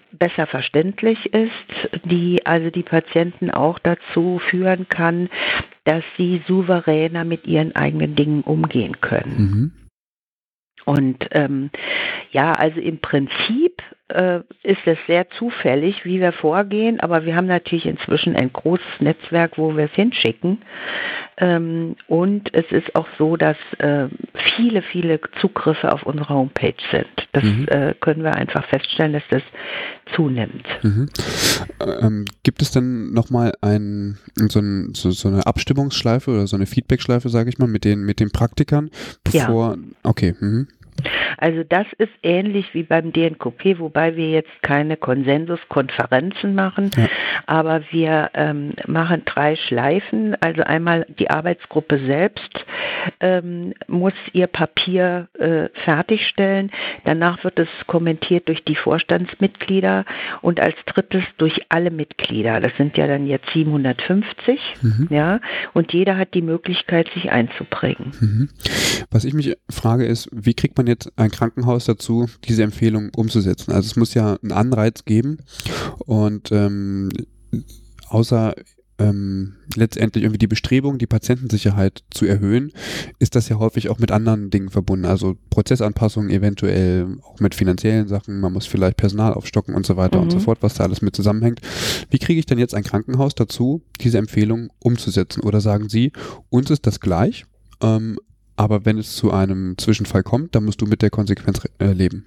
besser verständlich ist, die also die Patienten auch dazu führen kann, dass sie souveräner mit ihren eigenen Dingen umgehen können. Mhm. Und ähm, ja, also im Prinzip äh, ist es sehr zufällig, wie wir vorgehen, aber wir haben natürlich inzwischen ein großes Netzwerk, wo wir es hinschicken. Ähm, und es ist auch so, dass äh, viele, viele Zugriffe auf unsere Homepage sind. Das Mhm. äh, können wir einfach feststellen, dass das zunimmt. Mhm. Ähm, gibt es denn nochmal ein, so, ein, so, so eine Abstimmungsschleife oder so eine Feedbackschleife, sage ich mal, mit den, mit den Praktikern, bevor, ja. Okay. Mhm. Also das ist ähnlich wie beim D N K P, wobei wir jetzt keine Konsensuskonferenzen machen, ja. aber wir ähm, machen drei Schleifen. Also einmal die Arbeitsgruppe selbst ähm, muss ihr Papier äh, fertigstellen. Danach wird es kommentiert durch die Vorstandsmitglieder und als drittes durch alle Mitglieder. Das sind ja dann jetzt siebenhundertfünfzig, mhm. ja, und jeder hat die Möglichkeit, sich einzubringen. Mhm. Was ich mich frage ist, wie kriegt man jetzt ein Krankenhaus dazu, diese Empfehlung umzusetzen? Also es muss ja einen Anreiz geben und ähm, außer ähm, letztendlich irgendwie die Bestrebung, die Patientensicherheit zu erhöhen, ist das ja häufig auch mit anderen Dingen verbunden, also Prozessanpassungen eventuell, auch mit finanziellen Sachen, man muss vielleicht Personal aufstocken und so weiter mhm. und so fort, was da alles mit zusammenhängt. Wie kriege ich denn jetzt ein Krankenhaus dazu, diese Empfehlung umzusetzen? Oder sagen Sie, uns ist das gleich, ähm, aber wenn es zu einem Zwischenfall kommt, dann musst du mit der Konsequenz äh, leben.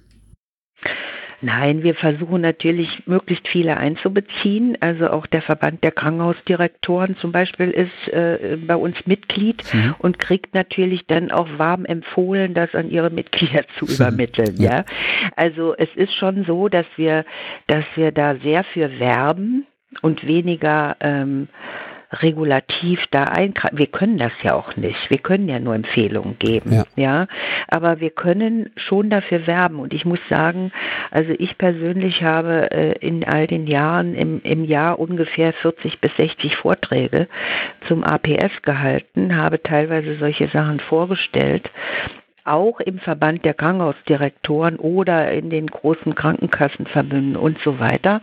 Nein, wir versuchen natürlich, möglichst viele einzubeziehen. Also auch der Verband der Krankenhausdirektoren zum Beispiel ist äh, bei uns Mitglied mhm. und kriegt natürlich dann auch warm empfohlen, das an ihre Mitglieder zu übermitteln. Ja. ja, also es ist schon so, dass wir, dass wir da sehr für werben und weniger ähm, regulativ da eingreifen. Wir können das ja auch nicht. Wir können ja nur Empfehlungen geben. Ja. ja, aber wir können schon dafür werben. Und ich muss sagen, also ich persönlich habe äh, in all den Jahren im, im Jahr ungefähr vierzig bis sechzig Vorträge zum A P S gehalten, habe teilweise solche Sachen vorgestellt. Auch im Verband der Krankenhausdirektoren oder in den großen Krankenkassenverbünden und so weiter.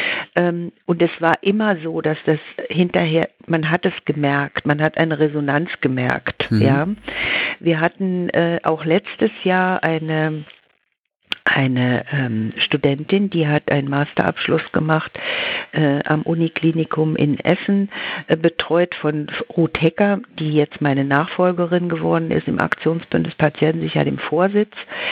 Und es war immer so, dass das hinterher, man hat es gemerkt, man hat eine Resonanz gemerkt. Mhm. Ja. Wir hatten äh, auch letztes Jahr eine Eine ähm, Studentin, die hat einen Masterabschluss gemacht äh, am Uniklinikum in Essen, äh, betreut von Ruth Hecker, die jetzt meine Nachfolgerin geworden ist im Aktionsbündnis Patientensicherheit im Vorsitz.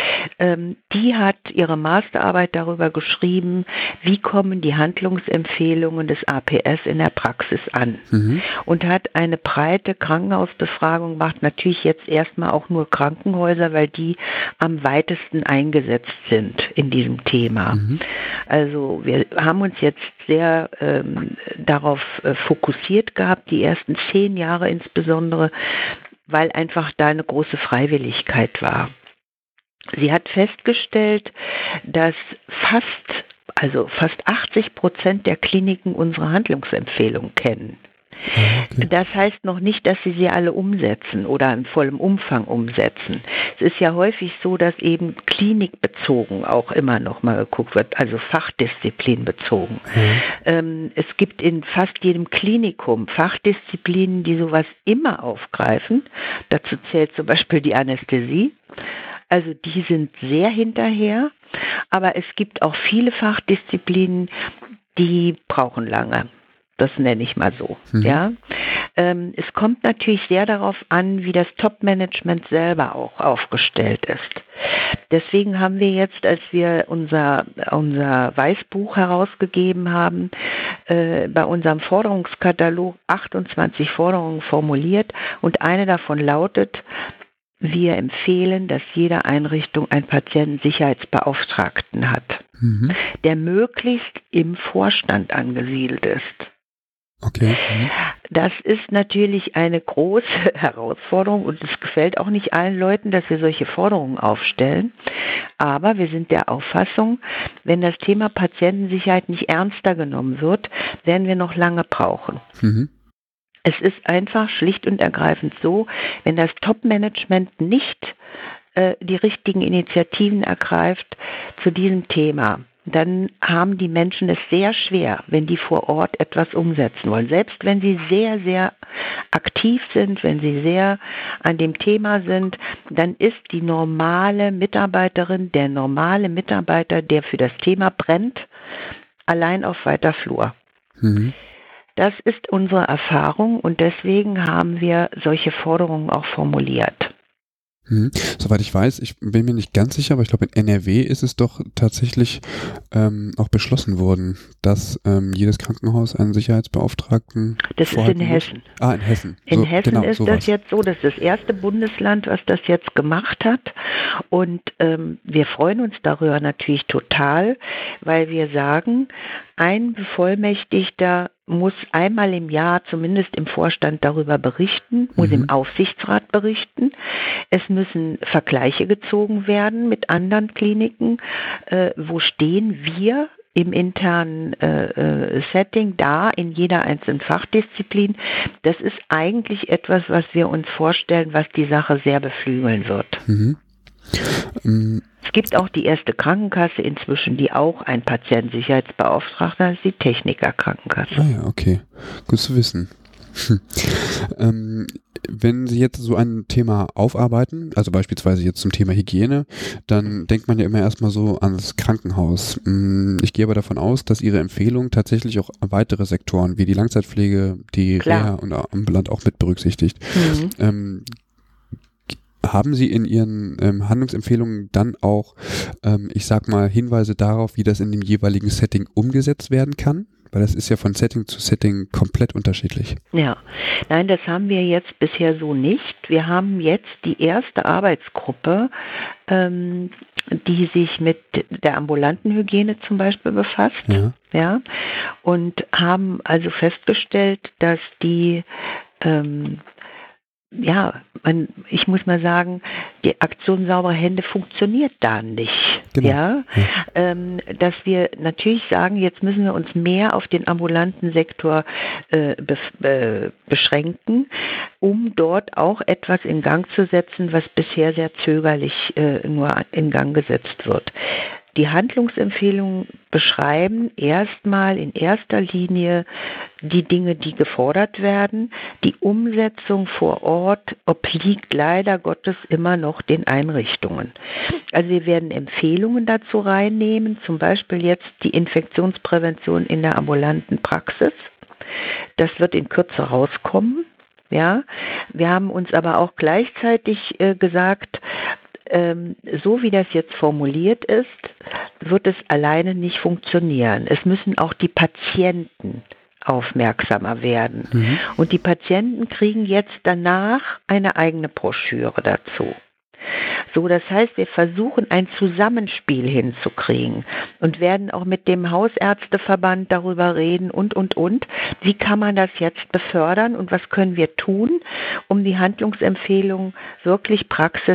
Ähm, die hat ihre Masterarbeit darüber geschrieben, wie kommen die Handlungsempfehlungen des A P S in der Praxis an. Mhm. Und hat eine breite Krankenhausbefragung gemacht, natürlich jetzt erstmal auch nur Krankenhäuser, weil die am weitesten eingesetzt sind in diesem Thema. Mhm. Also wir haben uns jetzt sehr ähm, darauf äh, fokussiert gehabt, die ersten zehn Jahre insbesondere, weil einfach da eine große Freiwilligkeit war. Sie hat festgestellt, dass fast, also fast achtzig Prozent der Kliniken unsere Handlungsempfehlung kennen. Okay. Das heißt noch nicht, dass sie sie alle umsetzen oder in vollem Umfang umsetzen. Es ist ja häufig so, dass eben klinikbezogen auch immer noch mal geguckt wird, also fachdisziplinbezogen. Mhm. Ähm, es gibt in fast jedem Klinikum Fachdisziplinen, die sowas immer aufgreifen. Dazu zählt zum Beispiel die Anästhesie. Also die sind sehr hinterher, aber es gibt auch viele Fachdisziplinen, die brauchen lange. Das nenne ich mal so. Mhm. Ja, ähm, es kommt natürlich sehr darauf an, wie das Top-Management selber auch aufgestellt ist. Deswegen haben wir jetzt, als wir unser, unser Weißbuch herausgegeben haben, äh, bei unserem Forderungskatalog achtundzwanzig Forderungen formuliert und eine davon lautet: Wir empfehlen, dass jede Einrichtung einen Patientensicherheitsbeauftragten hat, mhm. der möglichst im Vorstand angesiedelt ist. Okay. Das ist natürlich eine große Herausforderung und es gefällt auch nicht allen Leuten, dass wir solche Forderungen aufstellen. Aber wir sind der Auffassung, wenn das Thema Patientensicherheit nicht ernster genommen wird, werden wir noch lange brauchen. Mhm. Es ist einfach schlicht und ergreifend so, wenn das Top-Management nicht äh, die richtigen Initiativen ergreift zu diesem Thema, dann haben die Menschen es sehr schwer, wenn die vor Ort etwas umsetzen wollen. Selbst wenn sie sehr, sehr aktiv sind, wenn sie sehr an dem Thema sind, dann ist die normale Mitarbeiterin, der normale Mitarbeiter, der für das Thema brennt, allein auf weiter Flur. Mhm. Das ist unsere Erfahrung und deswegen haben wir solche Forderungen auch formuliert. Hm. Soweit ich weiß, ich bin mir nicht ganz sicher, aber ich glaube in N R W ist es doch tatsächlich ähm, auch beschlossen worden, dass ähm, jedes Krankenhaus einen Sicherheitsbeauftragten Das ist in Hessen. Muss. Ah, in Hessen. In so, Hessen genau, ist sowas. das jetzt so, das ist das erste Bundesland, was das jetzt gemacht hat und ähm, wir freuen uns darüber natürlich total, weil wir sagen, ein Bevollmächtigter muss einmal im Jahr zumindest im Vorstand darüber berichten, muss mhm. im Aufsichtsrat berichten. Es müssen Vergleiche gezogen werden mit anderen Kliniken. Äh, wo stehen wir im internen äh, Setting da in jeder einzelnen Fachdisziplin? Das ist eigentlich etwas, was wir uns vorstellen, was die Sache sehr beflügeln wird. Mhm. Um Es gibt auch die erste Krankenkasse inzwischen, die auch ein Patientensicherheitsbeauftragter ist, die Technikerkrankenkasse. Ah ja, okay. Gut zu wissen. Hm. Ähm, wenn Sie jetzt so ein Thema aufarbeiten, also beispielsweise jetzt zum Thema Hygiene, dann denkt man ja immer erstmal so ans Krankenhaus. Ich gehe aber davon aus, dass Ihre Empfehlung tatsächlich auch weitere Sektoren wie die Langzeitpflege, die Reha und ambulant auch mit berücksichtigt. Mhm. Ähm, Haben Sie in Ihren ähm, Handlungsempfehlungen dann auch, ähm, ich sag mal, Hinweise darauf, wie das in dem jeweiligen Setting umgesetzt werden kann? Weil das ist ja von Setting zu Setting komplett unterschiedlich. Ja, nein, das haben wir jetzt bisher so nicht. Wir haben jetzt die erste Arbeitsgruppe, ähm, die sich mit der ambulanten Hygiene zum Beispiel befasst. Ja. Ja, und haben also festgestellt, dass die ähm, ja, man, ich muss mal sagen, die Aktion Saubere Hände funktioniert da nicht. Genau. Ja? Ja. Ähm, dass wir natürlich sagen, jetzt müssen wir uns mehr auf den ambulanten Sektor äh, be- be- beschränken, um dort auch etwas in Gang zu setzen, was bisher sehr zögerlich äh, nur in Gang gesetzt wird. Die Handlungsempfehlungen beschreiben erstmal in erster Linie die Dinge, die gefordert werden. Die Umsetzung vor Ort obliegt leider Gottes immer noch den Einrichtungen. Also wir werden Empfehlungen dazu reinnehmen, zum Beispiel jetzt die Infektionsprävention in der ambulanten Praxis. Das wird in Kürze rauskommen. Ja, wir haben uns aber auch gleichzeitig äh, gesagt, Ähm, so wie das jetzt formuliert ist, wird es alleine nicht funktionieren. Es müssen auch die Patienten aufmerksamer werden. Mhm. Und die Patienten kriegen jetzt danach eine eigene Broschüre dazu. So, das heißt, wir versuchen ein Zusammenspiel hinzukriegen und werden auch mit dem Hausärzteverband darüber reden und, und, und. Wie kann man das jetzt befördern und was können wir tun, um die Handlungsempfehlung wirklich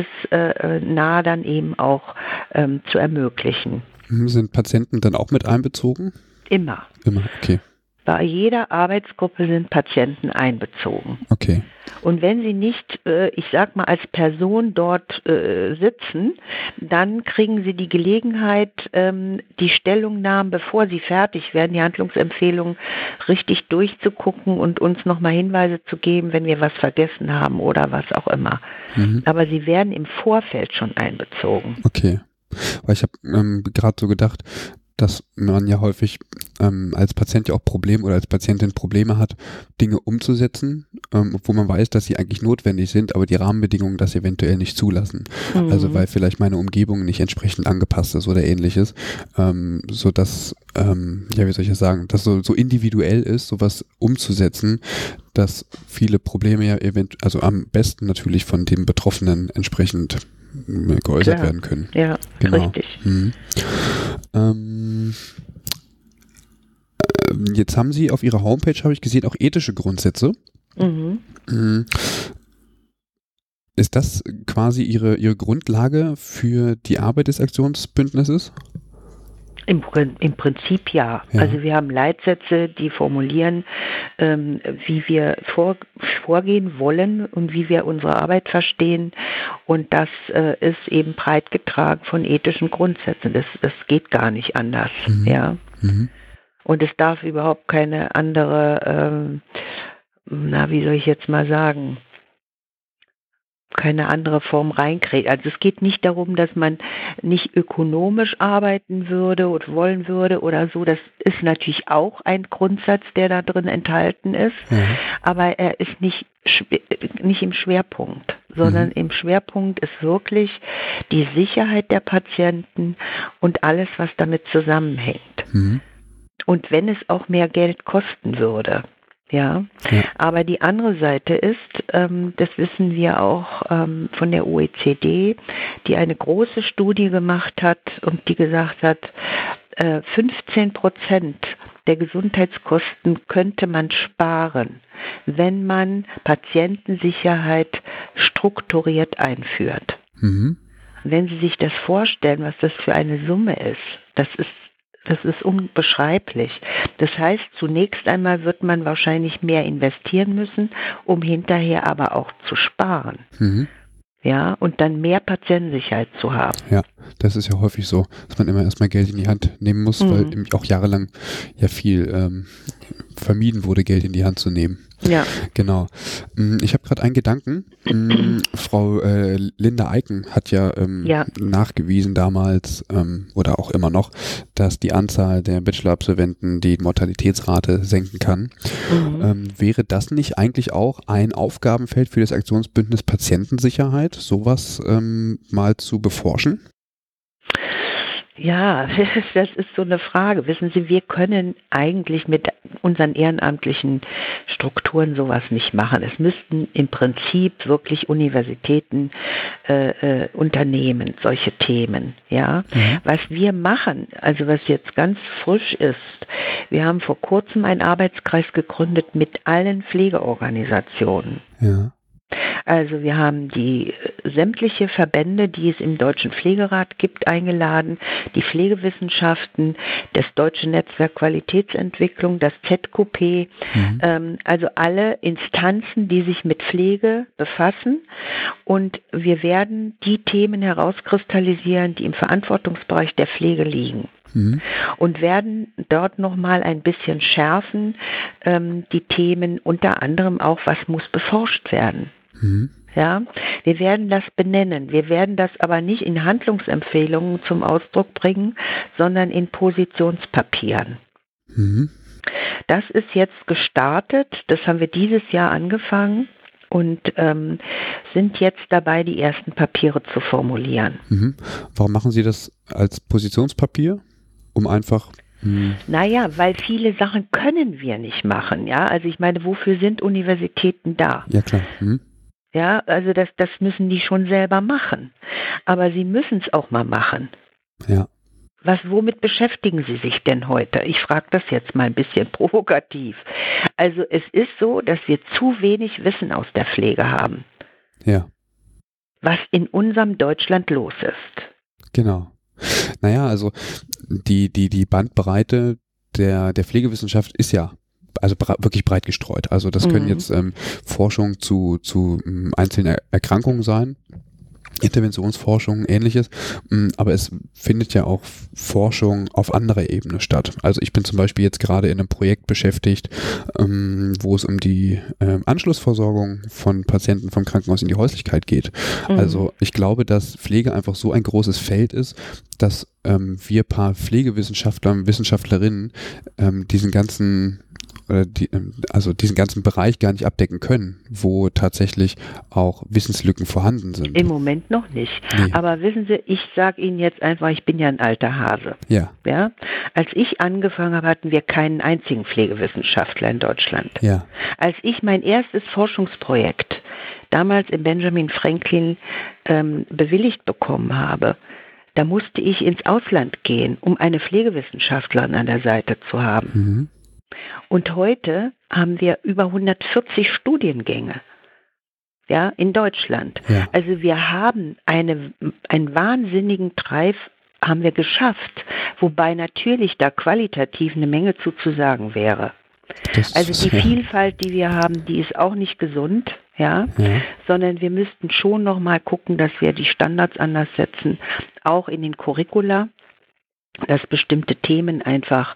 praxisnah dann eben auch ähm, zu ermöglichen. Sind Patienten dann auch mit einbezogen? Immer. Immer, okay. Bei jeder Arbeitsgruppe sind Patienten einbezogen. Okay. Und wenn sie nicht, äh, ich sag mal, als Person dort äh, sitzen, dann kriegen sie die Gelegenheit, ähm, die Stellungnahmen, bevor sie fertig werden, die Handlungsempfehlungen richtig durchzugucken und uns nochmal Hinweise zu geben, wenn wir was vergessen haben oder was auch immer. Mhm. Aber sie werden im Vorfeld schon einbezogen. Okay. Weil ich habe ähm, gerade so gedacht, dass man ja häufig ähm, als Patient ja auch Probleme oder als Patientin Probleme hat, Dinge umzusetzen, ähm, obwohl man weiß, dass sie eigentlich notwendig sind, aber die Rahmenbedingungen das eventuell nicht zulassen. Mhm. Also weil vielleicht meine Umgebung nicht entsprechend angepasst ist oder ähnliches, ähm, so dass, ähm, ja wie soll ich das sagen, dass so, so individuell ist, sowas umzusetzen, dass viele Probleme ja eventuell, also am besten natürlich von dem Betroffenen entsprechend geäußert Klar. werden können. Ja, genau. Richtig. Mhm. Ähm, äh, jetzt haben Sie auf Ihrer Homepage, habe ich gesehen, auch ethische Grundsätze. Mhm. Mhm. Ist das quasi Ihre, Ihre Grundlage für die Arbeit des Aktionsbündnisses? Im, Im Prinzip ja. ja. Also wir haben Leitsätze, die formulieren, ähm, wie wir vor, vorgehen wollen und wie wir unsere Arbeit verstehen. Und das äh, ist eben breit getragen von ethischen Grundsätzen. Das, das geht gar nicht anders. Mhm. Ja. Mhm. Und es darf überhaupt keine andere, ähm, na, wie soll ich jetzt mal sagen, keine andere Form reinkriegt. Also es geht nicht darum, dass man nicht ökonomisch arbeiten würde und wollen würde oder so. Das ist natürlich auch ein Grundsatz, der da drin enthalten ist. Ja. Aber er ist nicht, nicht im Schwerpunkt, sondern mhm. im Schwerpunkt ist wirklich die Sicherheit der Patienten und alles, was damit zusammenhängt. Mhm. Und wenn es auch mehr Geld kosten würde. Ja. ja, aber die andere Seite ist, ähm, das wissen wir auch ähm, von der O E C D, die eine große Studie gemacht hat und die gesagt hat, äh, fünfzehn Prozent der Gesundheitskosten könnte man sparen, wenn man Patientensicherheit strukturiert einführt. Mhm. Wenn Sie sich das vorstellen, was das für eine Summe ist, das ist Das ist unbeschreiblich. Das heißt, zunächst einmal wird man wahrscheinlich mehr investieren müssen, um hinterher aber auch zu sparen. Mhm. Ja, und dann mehr Patientensicherheit zu haben. Ja, das ist ja häufig so, dass man immer erstmal Geld in die Hand nehmen muss, mhm. weil auch jahrelang ja viel ähm, vermieden wurde, Geld in die Hand zu nehmen. Ja. Genau. Ich habe gerade einen Gedanken. Frau äh, Linda Eicken hat ja, ähm, ja. nachgewiesen damals ähm, oder auch immer noch, dass die Anzahl der Bachelor-Absolventen die Mortalitätsrate senken kann. Mhm. Ähm, wäre das nicht eigentlich auch ein Aufgabenfeld für das Aktionsbündnis Patientensicherheit, sowas ähm, mal zu beforschen? Ja, das ist so eine Frage. Wissen Sie, wir können eigentlich mit unseren ehrenamtlichen Strukturen sowas nicht machen. Es müssten im Prinzip wirklich Universitäten äh, äh, unternehmen, solche Themen. Ja, mhm. Was wir machen, also was jetzt ganz frisch ist, wir haben vor kurzem einen Arbeitskreis gegründet mit allen Pflegeorganisationen. Ja. Also wir haben die sämtliche Verbände, die es im Deutschen Pflegerat gibt, eingeladen, die Pflegewissenschaften, das Deutsche Netzwerk Qualitätsentwicklung, das Z Q P, mhm. ähm, also alle Instanzen, die sich mit Pflege befassen. Und wir werden die Themen herauskristallisieren, die im Verantwortungsbereich der Pflege liegen. Mhm. Und werden dort nochmal ein bisschen schärfen, ähm, die Themen unter anderem auch, was muss beforscht werden. Mhm. Ja, wir werden das benennen. Wir werden das aber nicht in Handlungsempfehlungen zum Ausdruck bringen, sondern in Positionspapieren. Mhm. Das ist jetzt gestartet. Das haben wir dieses Jahr angefangen und ähm, sind jetzt dabei, die ersten Papiere zu formulieren. Mhm. Warum machen Sie das als Positionspapier? Um einfach... Hm. Naja, weil viele Sachen können wir nicht machen. Ja, also ich meine, wofür sind Universitäten da? Ja, klar. Mhm. Ja, also das, das müssen die schon selber machen. Aber sie müssen es auch mal machen. Ja. Was, womit beschäftigen Sie sich denn heute? Ich frage das jetzt mal ein bisschen provokativ. Also es ist so, dass wir zu wenig Wissen aus der Pflege haben. Ja. Was in unserem Deutschland los ist. Genau. Naja, also die, die, die Bandbreite der, der Pflegewissenschaft ist ja also bre- wirklich breit gestreut. Also das können mhm. jetzt ähm, Forschung zu, zu ähm, einzelnen er- Erkrankungen sein, Interventionsforschung, ähnliches, aber es findet ja auch Forschung auf anderer Ebene statt. Also ich bin zum Beispiel jetzt gerade in einem Projekt beschäftigt, wo es um die Anschlussversorgung von Patienten vom Krankenhaus in die Häuslichkeit geht. Mhm. Also ich glaube, dass Pflege einfach so ein großes Feld ist, dass wir paar Pflegewissenschaftler und Wissenschaftlerinnen diesen ganzen oder die, also diesen ganzen Bereich gar nicht abdecken können, wo tatsächlich auch Wissenslücken vorhanden sind. Im Moment noch nicht. Nee. Aber wissen Sie, ich sage Ihnen jetzt einfach, ich bin ja ein alter Hase. Ja. Ja. Als ich angefangen habe, hatten wir keinen einzigen Pflegewissenschaftler in Deutschland. Ja. Als ich mein erstes Forschungsprojekt damals in Benjamin Franklin ähm, bewilligt bekommen habe, da musste ich ins Ausland gehen, um eine Pflegewissenschaftlerin an der Seite zu haben. Mhm. Und heute haben wir über hundertvierzig Studiengänge, ja, in Deutschland. Ja. Also wir haben eine, einen wahnsinnigen Drive haben wir geschafft, wobei natürlich da qualitativ eine Menge zu, zu sagen wäre. Das also die ja. Vielfalt, die wir haben, die ist auch nicht gesund, ja, ja. sondern wir müssten schon noch mal gucken, dass wir die Standards anders setzen, auch in den Curricula, dass bestimmte Themen einfach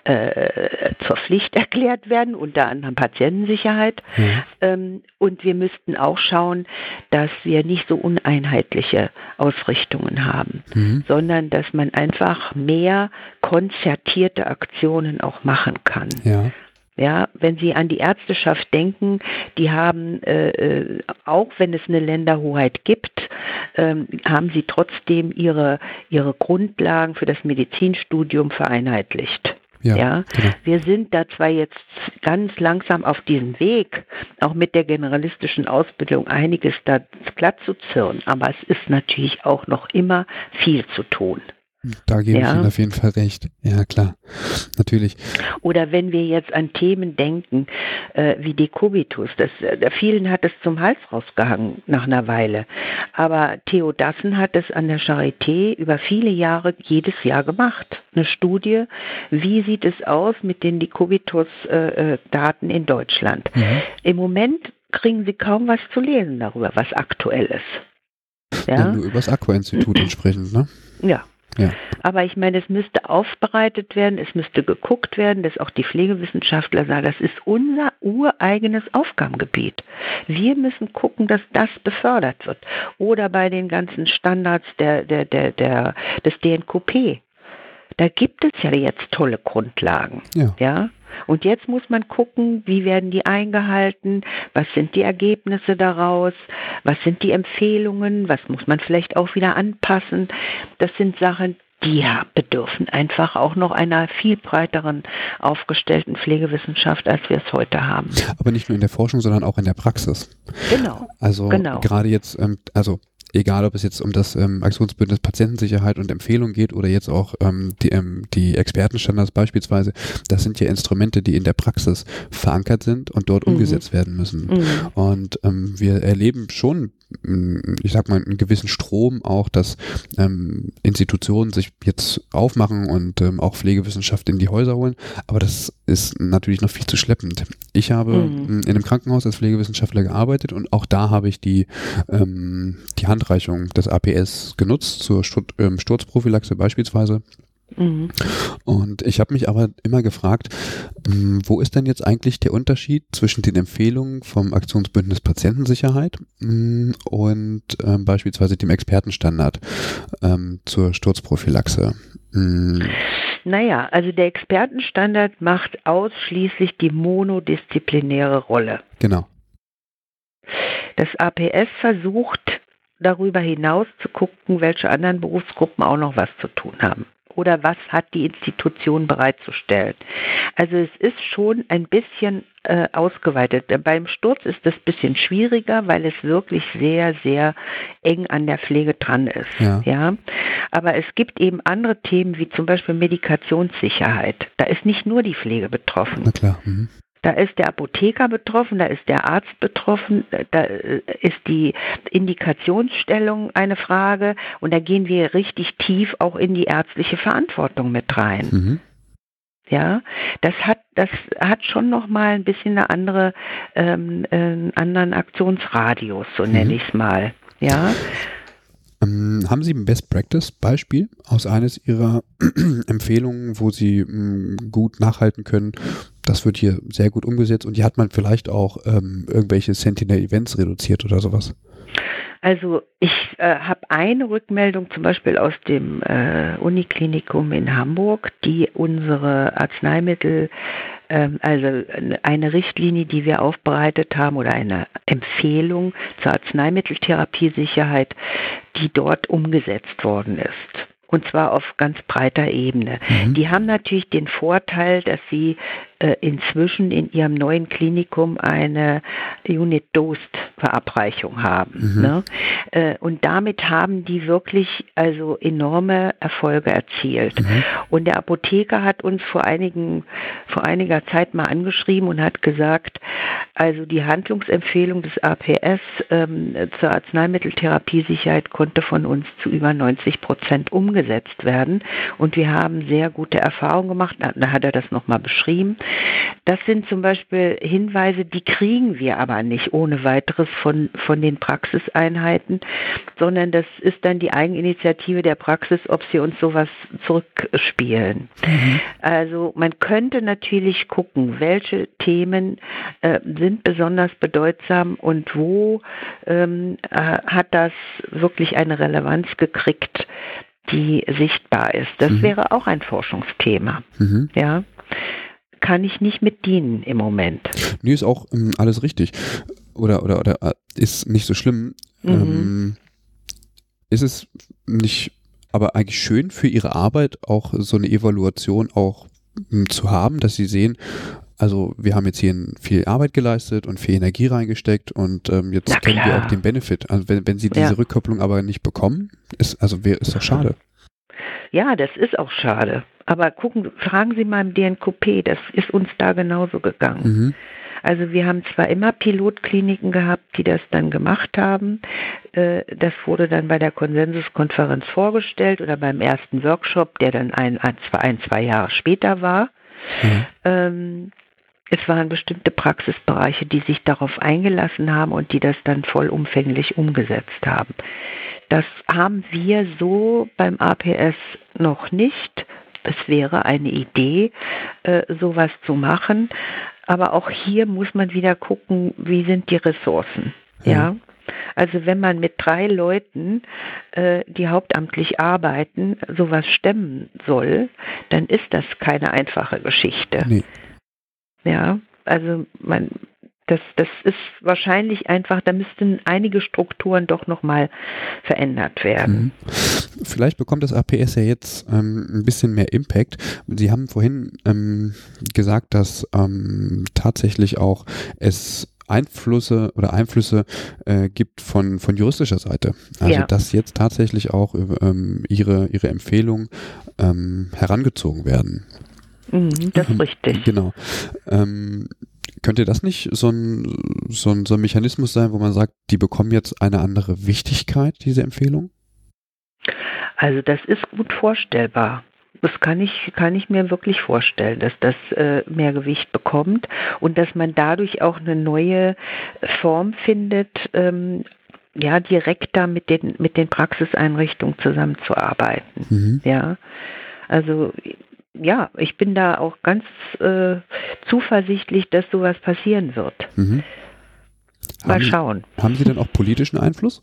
äh, zur Pflicht erklärt werden, unter anderem Patientensicherheit. Ja. Ähm, und wir müssten auch schauen, dass wir nicht so uneinheitliche Ausrichtungen haben, mhm. sondern dass man einfach mehr konzertierte Aktionen auch machen kann. Ja. Ja, wenn Sie an die Ärzteschaft denken, die haben, äh, auch wenn es eine Länderhoheit gibt, ähm, haben sie trotzdem ihre, ihre Grundlagen für das Medizinstudium vereinheitlicht. Ja, ja, genau. Wir sind da zwar jetzt ganz langsam auf diesem Weg, auch mit der generalistischen Ausbildung einiges da glatt zu zirren, aber es ist natürlich auch noch immer viel zu tun. Da gebe ja. ich Ihnen auf jeden Fall recht. Ja, klar. Natürlich. Oder wenn wir jetzt an Themen denken, äh, wie Dekubitus, das, äh, vielen hat es zum Hals rausgehangen nach einer Weile. Aber Theo Dassen hat es an der Charité über viele Jahre jedes Jahr gemacht. Eine Studie, wie sieht es aus mit den Dekubitus-Daten äh, in Deutschland. Mhm. Im Moment kriegen Sie kaum was zu lesen darüber, was aktuell ist. Ja, ja nur über das Aqua-Institut entsprechend, ne? Ja. Ja. Aber ich meine, es müsste aufbereitet werden, es müsste geguckt werden, dass auch die Pflegewissenschaftler sagen, das ist unser ureigenes Aufgabengebiet. Wir müssen gucken, dass das befördert wird. Oder bei den ganzen Standards der, der, der, der, des D N K P. Da gibt es ja jetzt tolle Grundlagen. Ja. ja? Und jetzt muss man gucken, wie werden die eingehalten, was sind die Ergebnisse daraus, was sind die Empfehlungen, was muss man vielleicht auch wieder anpassen. Das sind Sachen, die ja bedürfen einfach auch noch einer viel breiteren aufgestellten Pflegewissenschaft, als wir es heute haben. Aber nicht nur in der Forschung, sondern auch in der Praxis. Genau. Also genau. gerade jetzt, ähm, also egal, ob es jetzt um das ähm, Aktionsbündnis Patientensicherheit und Empfehlung geht oder jetzt auch ähm, die, ähm, die Expertenstandards beispielsweise, das sind ja Instrumente, die in der Praxis verankert sind und dort mhm. umgesetzt werden müssen. Mhm. Und ähm, wir erleben schon, ich sag mal, einen gewissen Strom auch, dass ähm, Institutionen sich jetzt aufmachen und ähm, auch Pflegewissenschaft in die Häuser holen, aber das ist natürlich noch viel zu schleppend. Ich habe mhm. in einem Krankenhaus als Pflegewissenschaftler gearbeitet und auch da habe ich die, ähm, die Handreichung des A P S genutzt, zur Stur- ähm, Sturzprophylaxe beispielsweise. Mhm. Und ich habe mich aber immer gefragt, mh, wo ist denn jetzt eigentlich der Unterschied zwischen den Empfehlungen vom Aktionsbündnis Patientensicherheit mh, und ähm, beispielsweise dem Expertenstandard ähm, zur Sturzprophylaxe? Mh. Naja, also der Expertenstandard macht ausschließlich die monodisziplinäre Rolle. Genau. Das A P S versucht darüber hinaus zu gucken, welche anderen Berufsgruppen auch noch was zu tun haben. Oder was hat die Institution bereitzustellen? Also es ist schon ein bisschen äh, ausgeweitet. Beim Sturz ist es ein bisschen schwieriger, weil es wirklich sehr, sehr eng an der Pflege dran ist. Ja. Ja? Aber es gibt eben andere Themen, wie zum Beispiel Medikationssicherheit. Da ist nicht nur die Pflege betroffen. Na klar. Mhm. Da ist der Apotheker betroffen, da ist der Arzt betroffen, da ist die Indikationsstellung eine Frage und da gehen wir richtig tief auch in die ärztliche Verantwortung mit rein. Mhm. Ja, das hat das hat schon noch mal ein bisschen eine andere, ähm, einen anderen Aktionsradius, so mhm. nenne ich es mal. Ja. Ähm, haben Sie ein Best-Practice-Beispiel aus eines Ihrer Empfehlungen, wo Sie ähm, gut nachhalten können? Das wird hier sehr gut umgesetzt und die hat man vielleicht auch ähm, irgendwelche Sentinel-Events reduziert oder sowas? Also ich äh, habe eine Rückmeldung zum Beispiel aus dem äh, Uniklinikum in Hamburg, die unsere Arzneimittel, ähm, also eine Richtlinie, die wir aufbereitet haben oder eine Empfehlung zur Arzneimitteltherapiesicherheit, die dort umgesetzt worden ist. Und zwar auf ganz breiter Ebene. Mhm. Die haben natürlich den Vorteil, dass sie äh, inzwischen in ihrem neuen Klinikum eine Unit-Dosed-Verabreichung haben. Mhm. Ne? Äh, und damit haben die wirklich also enorme Erfolge erzielt. Mhm. Und der Apotheker hat uns vor einigen, vor einiger Zeit mal angeschrieben und hat gesagt, also die Handlungsempfehlung des A P S ähm, zur Arzneimitteltherapiesicherheit konnte von uns zu über neunzig Prozent umgesetzt umgesetzt werden. Und wir haben sehr gute Erfahrungen gemacht, da hat er das nochmal beschrieben. Das sind zum Beispiel Hinweise, die kriegen wir aber nicht ohne weiteres von, von den Praxiseinheiten, sondern das ist dann die Eigeninitiative der Praxis, ob sie uns sowas zurückspielen. Mhm. Also man könnte natürlich gucken, welche Themen äh, sind besonders bedeutsam und wo ähm, äh, hat das wirklich eine Relevanz gekriegt, die sichtbar ist. Das mhm. wäre auch ein Forschungsthema. Mhm. Ja, kann ich nicht mit dienen im Moment. Nee, ist auch ähm, alles richtig. Oder, oder, oder ist nicht so schlimm. Mhm. Ähm, ist es nicht aber eigentlich schön für Ihre Arbeit auch so eine Evaluation auch m, zu haben, dass Sie sehen, also wir haben jetzt hier viel Arbeit geleistet und viel Energie reingesteckt und ähm, jetzt kennen wir auch den Benefit. Also wenn, wenn Sie diese ja. Rückkopplung aber nicht bekommen, ist also wär, ist doch schade. Ja, das ist auch schade. Aber gucken, fragen Sie mal im D N K P, das ist uns da genauso gegangen. Mhm. Also wir haben zwar immer Pilotkliniken gehabt, die das dann gemacht haben. Das wurde dann bei der Konsensuskonferenz vorgestellt oder beim ersten Workshop, der dann ein, ein, zwei, ein, zwei Jahre später war. Mhm. Es waren bestimmte Praxisbereiche, die sich darauf eingelassen haben und die das dann vollumfänglich umgesetzt haben. Das haben wir so beim A P S noch nicht. Es wäre eine Idee, sowas zu machen. Aber auch hier muss man wieder gucken, wie sind die Ressourcen. Ja. ja? Also wenn man mit drei Leuten, äh, die hauptamtlich arbeiten, sowas stemmen soll, dann ist das keine einfache Geschichte. Nee. Ja, also man, das, das ist wahrscheinlich einfach, da müssten einige Strukturen doch nochmal verändert werden. Mhm. Vielleicht bekommt das A P S ja jetzt ähm, ein bisschen mehr Impact. Sie haben vorhin ähm, gesagt, dass ähm, tatsächlich auch es Einflüsse oder Einflüsse äh, gibt von, von juristischer Seite. Also ja. dass jetzt tatsächlich auch ähm, ihre, ihre Empfehlungen ähm, herangezogen werden. Mhm, das ist richtig. Genau. Ähm, könnte das nicht so ein, so, ein, so ein Mechanismus sein, wo man sagt, die bekommen jetzt eine andere Wichtigkeit, diese Empfehlung? Also das ist gut vorstellbar. Das kann ich, kann ich mir wirklich vorstellen, dass das äh, mehr Gewicht bekommt und dass man dadurch auch eine neue Form findet, ähm, ja, direkt da mit den, mit den Praxiseinrichtungen zusammenzuarbeiten. Mhm. Ja, also ja, ich bin da auch ganz äh, zuversichtlich, dass sowas passieren wird. Mhm. Mal haben schauen. Sie, haben Sie denn auch politischen Einfluss?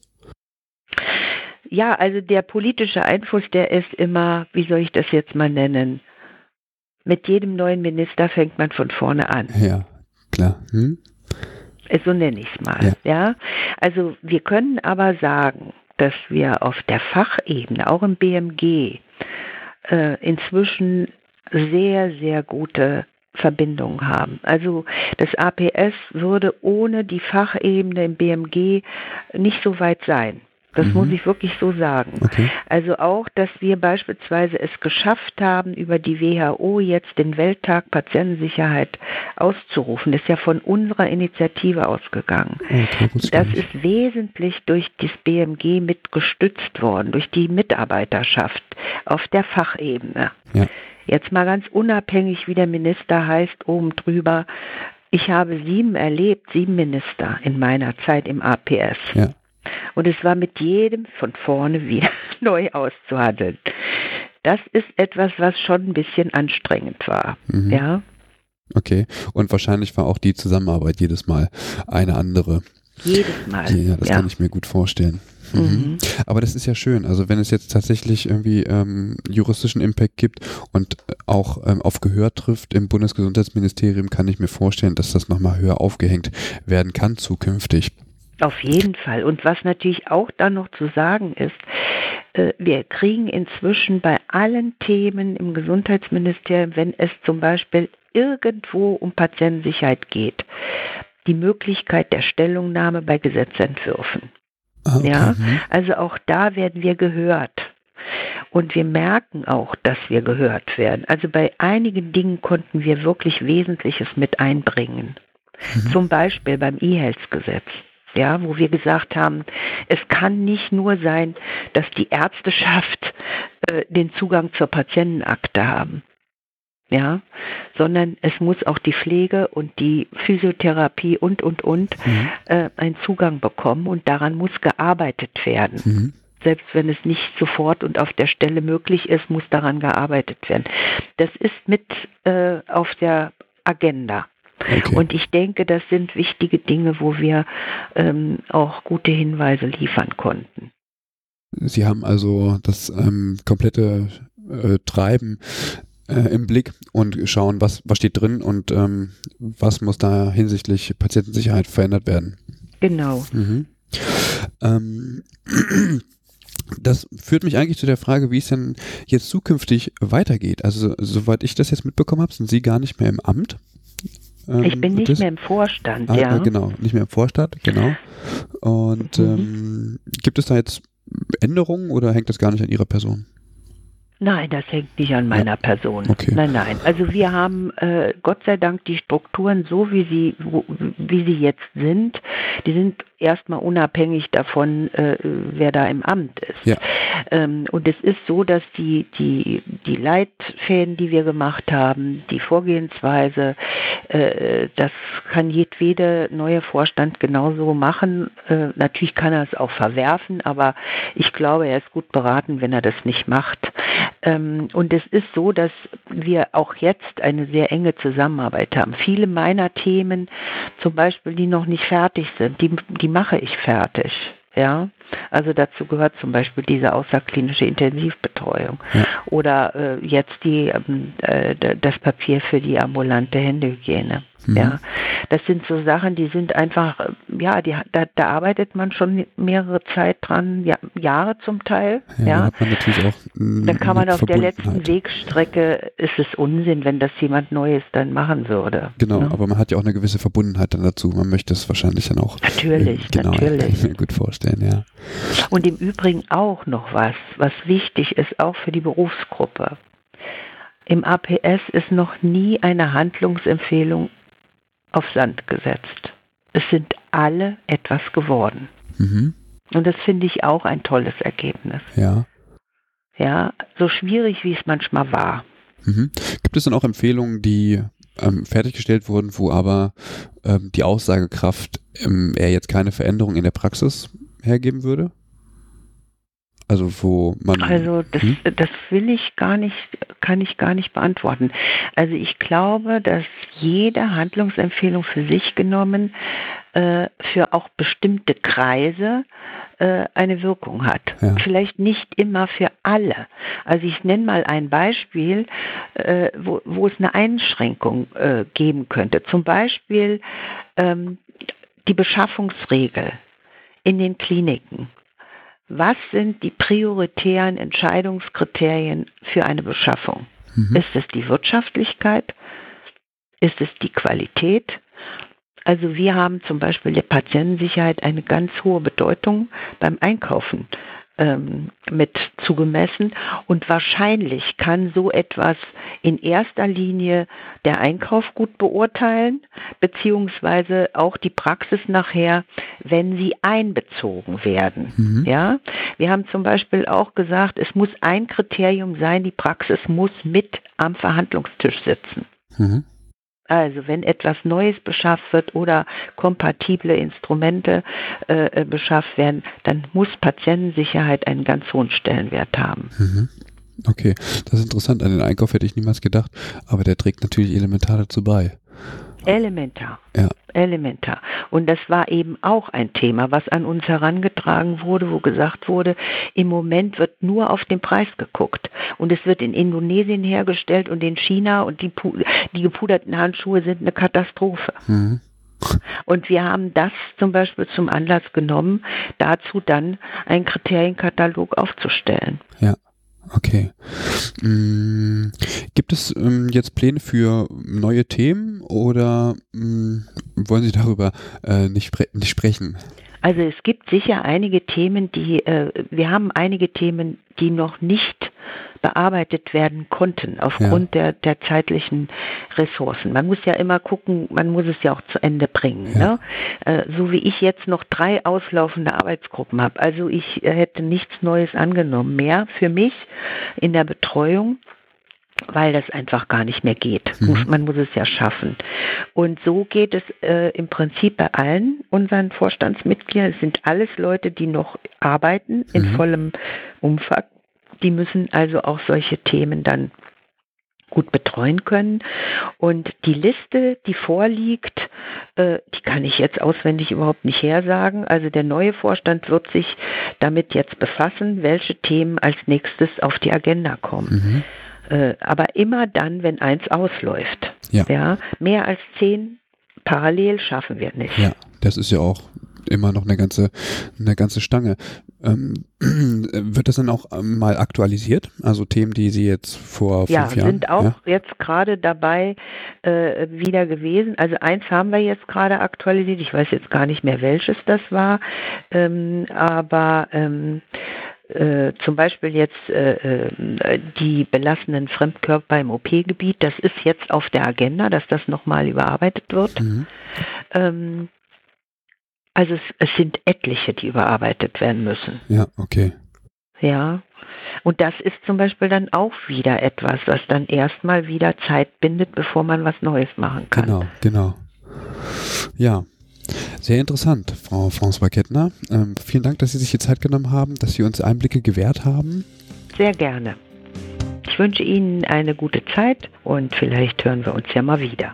Ja, also der politische Einfluss, der ist immer, wie soll ich das jetzt mal nennen? Mit jedem neuen Minister fängt man von vorne an. Ja, klar. Hm? So nenne ich es mal. Ja. ja. Also wir können aber sagen, dass wir auf der Fachebene, auch im B M G, äh, inzwischen sehr, sehr gute Verbindungen haben. Also das A P S würde ohne die Fachebene im B M G nicht so weit sein. Das mhm. muss ich wirklich so sagen. Okay. Also auch, dass wir beispielsweise es geschafft haben, über die W H O jetzt den Welttag Patientensicherheit auszurufen, ist ja von unserer Initiative ausgegangen. Okay, das ist wesentlich durch das B M G mit gestützt worden, durch die Mitarbeiterschaft auf der Fachebene. Ja. Jetzt mal ganz unabhängig, wie der Minister heißt, oben drüber. Ich habe sieben erlebt, sieben Minister in meiner Zeit im A P S. Ja. Und es war mit jedem von vorne wieder neu auszuhandeln. Das ist etwas, was schon ein bisschen anstrengend war. Mhm. Ja. Okay. Und wahrscheinlich war auch die Zusammenarbeit jedes Mal eine andere. Jedes Mal. Ja, das ja. kann ich mir gut vorstellen. Mhm. Mhm. Aber das ist ja schön. Also wenn es jetzt tatsächlich irgendwie ähm, juristischen Impact gibt und auch ähm, auf Gehör trifft im Bundesgesundheitsministerium, kann ich mir vorstellen, dass das nochmal höher aufgehängt werden kann zukünftig. Auf jeden Fall. Und was natürlich auch dann noch zu sagen ist, äh, wir kriegen inzwischen bei allen Themen im Gesundheitsministerium, wenn es zum Beispiel irgendwo um Patientensicherheit geht, die Möglichkeit der Stellungnahme bei Gesetzentwürfen. Okay. Ja, also auch da werden wir gehört. Und wir merken auch, dass wir gehört werden. Also bei einigen Dingen konnten wir wirklich Wesentliches mit einbringen. Mhm. Zum Beispiel beim E-Health-Gesetz. Ja, wo wir gesagt haben, es kann nicht nur sein, dass die Ärzteschaft äh, den Zugang zur Patientenakte haben. Ja, sondern es muss auch die Pflege und die Physiotherapie und, und, und mhm. äh, einen Zugang bekommen und daran muss gearbeitet werden. Mhm. Selbst wenn es nicht sofort und auf der Stelle möglich ist, muss daran gearbeitet werden. Das ist mit äh, auf der Agenda. Okay. Und ich denke, das sind wichtige Dinge, wo wir ähm, auch gute Hinweise liefern konnten. Sie haben also das ähm, komplette äh, Treiben im Blick und schauen, was, was steht drin und ähm, was muss da hinsichtlich Patientensicherheit verändert werden. Genau. Mhm. Ähm, das führt mich eigentlich zu der Frage, wie es denn jetzt zukünftig weitergeht. Also soweit ich das jetzt mitbekommen habe, sind Sie gar nicht mehr im Amt. Ähm, ich bin nicht das? mehr im Vorstand, ah, ja. Äh, genau, nicht mehr im Vorstand, genau. Und mhm. ähm, gibt es da jetzt Änderungen oder hängt das gar nicht an Ihrer Person? Nein, das hängt nicht an meiner ja. Person. Okay. Nein, nein. Also wir haben äh, Gott sei Dank die Strukturen so, wie sie, wo, wie sie jetzt sind. Die sind erstmal unabhängig davon, äh, wer da im Amt ist. Ja. Ähm, und es ist so, dass die, die, die Leitfäden, die wir gemacht haben, die Vorgehensweise, äh, das kann jedwede neue Vorstand genauso machen. Äh, natürlich kann er es auch verwerfen, aber ich glaube, er ist gut beraten, wenn er das nicht macht. Ähm, und es ist so, dass wir auch jetzt eine sehr enge Zusammenarbeit haben. Viele meiner Themen, zum Beispiel, die noch nicht fertig sind, die, die mache ich fertig. Ja, also dazu gehört zum Beispiel diese außerklinische Intensivbetreuung ja. oder äh, jetzt die, äh, das Papier für die ambulante Händehygiene. Mhm. Ja, das sind so Sachen, die sind einfach, ja, die, da, da arbeitet man schon mehrere Zeit dran, ja, Jahre zum Teil. Ja, ja. Da hat man natürlich auch da kann man auf der letzten Wegstrecke, ist es Unsinn, wenn das jemand Neues dann machen würde. Genau, ne? Aber man hat ja auch eine gewisse Verbundenheit dann dazu. Man möchte es wahrscheinlich dann auch. Natürlich, äh, genau, natürlich. Kann ich mir gut vorstellen, ja. Und im Übrigen auch noch was, was wichtig ist, auch für die Berufsgruppe. Im A P S ist noch nie eine Handlungsempfehlung auf Sand gesetzt. Es sind alle etwas geworden. Mhm. Und das finde ich auch ein tolles Ergebnis. Ja. Ja, so schwierig, wie es manchmal war. Mhm. Gibt es dann auch Empfehlungen, die ähm, fertiggestellt wurden, wo aber ähm, die Aussagekraft ähm, eher jetzt keine Veränderung in der Praxis hergeben würde? Also wo man... Also das, hm? das will ich gar nicht, kann ich gar nicht beantworten. Also ich glaube, dass jede Handlungsempfehlung für sich genommen äh, für auch bestimmte Kreise äh, eine Wirkung hat. Ja. Vielleicht nicht immer für alle. Also ich nenne mal ein Beispiel, äh, wo, wo es eine Einschränkung äh, geben könnte. Zum Beispiel ähm, die Beschaffungsregel in den Kliniken. Was sind die prioritären Entscheidungskriterien für eine Beschaffung? Mhm. Ist es die Wirtschaftlichkeit? Ist es die Qualität? Also wir haben zum Beispiel der Patientensicherheit eine ganz hohe Bedeutung beim Einkaufen ähm, mit zugemessen und wahrscheinlich kann so etwas in erster Linie der Einkauf gut beurteilen, beziehungsweise auch die Praxis nachher, wenn sie einbezogen werden. Mhm. Ja? Wir haben zum Beispiel auch gesagt, es muss ein Kriterium sein, die Praxis muss mit am Verhandlungstisch sitzen. Mhm. Also wenn etwas Neues beschafft wird oder kompatible Instrumente äh, beschafft werden, dann muss Patientensicherheit einen ganz hohen Stellenwert haben. Mhm. Okay, das ist interessant. An den Einkauf hätte ich niemals gedacht, aber der trägt natürlich elementar dazu bei. Elementar. Ja. Elementar. Und das war eben auch ein Thema, was an uns herangetragen wurde, wo gesagt wurde, im Moment wird nur auf den Preis geguckt. Und es wird in Indonesien hergestellt und in China und die, die gepuderten Handschuhe sind eine Katastrophe. Mhm. Und wir haben das zum Beispiel zum Anlass genommen, dazu dann einen Kriterienkatalog aufzustellen. Ja. Okay. Mm, gibt es ähm, jetzt Pläne für neue Themen oder mm, wollen Sie darüber äh, nicht, spre- nicht sprechen? Also es gibt sicher einige Themen, die, äh, wir haben einige Themen, die noch nicht bearbeitet werden konnten, aufgrund ja. der, der zeitlichen Ressourcen. Man muss ja immer gucken, man muss es ja auch zu Ende bringen. Ja. Ne? Äh, so wie ich jetzt noch drei auslaufende Arbeitsgruppen habe. Also ich äh, hätte nichts Neues angenommen mehr für mich in der Betreuung, weil das einfach gar nicht mehr geht. Mhm. Muss, man muss es ja schaffen. Und so geht es äh, im Prinzip bei allen unseren Vorstandsmitgliedern. Es sind alles Leute, die noch arbeiten in mhm. vollem Umfang. Die müssen also auch solche Themen dann gut betreuen können. Und die Liste, die vorliegt, äh, die kann ich jetzt auswendig überhaupt nicht hersagen. Also der neue Vorstand wird sich damit jetzt befassen, welche Themen als nächstes auf die Agenda kommen. Mhm. Äh, aber immer dann, wenn eins ausläuft. Ja. Ja, mehr als zehn parallel schaffen wir nicht. Ja, das ist ja auch immer noch eine ganze, eine ganze Stange. Ähm, wird das dann auch mal aktualisiert? Also Themen, die Sie jetzt vor fünf ja, Jahren... Ja, sind auch ja? jetzt gerade dabei äh, wieder gewesen. Also eins haben wir jetzt gerade aktualisiert. Ich weiß jetzt gar nicht mehr, welches das war. Ähm, aber ähm, äh, zum Beispiel jetzt äh, die belastenden Fremdkörper im O P-Gebiet. Das ist jetzt auf der Agenda, dass das nochmal überarbeitet wird. Mhm. Ähm, Also es, es sind etliche, die überarbeitet werden müssen. Ja, okay. Ja, und das ist zum Beispiel dann auch wieder etwas, was dann erstmal wieder Zeit bindet, bevor man was Neues machen kann. Genau, genau. Ja, sehr interessant, Frau François Kettner. Ähm, vielen Dank, dass Sie sich die Zeit genommen haben, dass Sie uns Einblicke gewährt haben. Sehr gerne. Ich wünsche Ihnen eine gute Zeit und vielleicht hören wir uns ja mal wieder.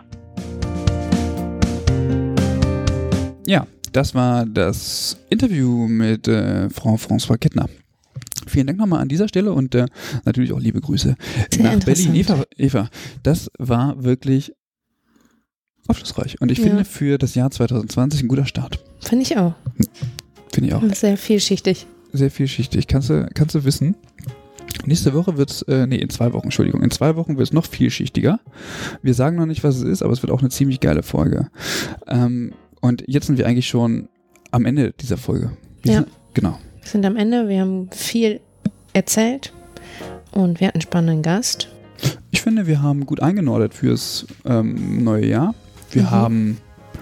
Ja. Das war das Interview mit äh, Frau François Kettner. Vielen Dank nochmal an dieser Stelle und äh, natürlich auch liebe Grüße Sehr nach Berlin. Eva, Eva, das war wirklich aufschlussreich und ich ja. finde für das Jahr zwanzig zwanzig ein guter Start. Finde ich auch. Finde ich auch. Sehr vielschichtig. Sehr vielschichtig. Kannst du, kannst du wissen, nächste Woche wird es, äh, nee, in zwei Wochen, Entschuldigung, in zwei Wochen wird es noch vielschichtiger. Wir sagen noch nicht, was es ist, aber es wird auch eine ziemlich geile Folge. Ähm, Und jetzt sind wir eigentlich schon am Ende dieser Folge. Wir ja. Sind, genau. Wir sind am Ende, wir haben viel erzählt und wir hatten einen spannenden Gast. Ich finde, wir haben gut eingenordet fürs ähm, neue Jahr. Wir mhm. haben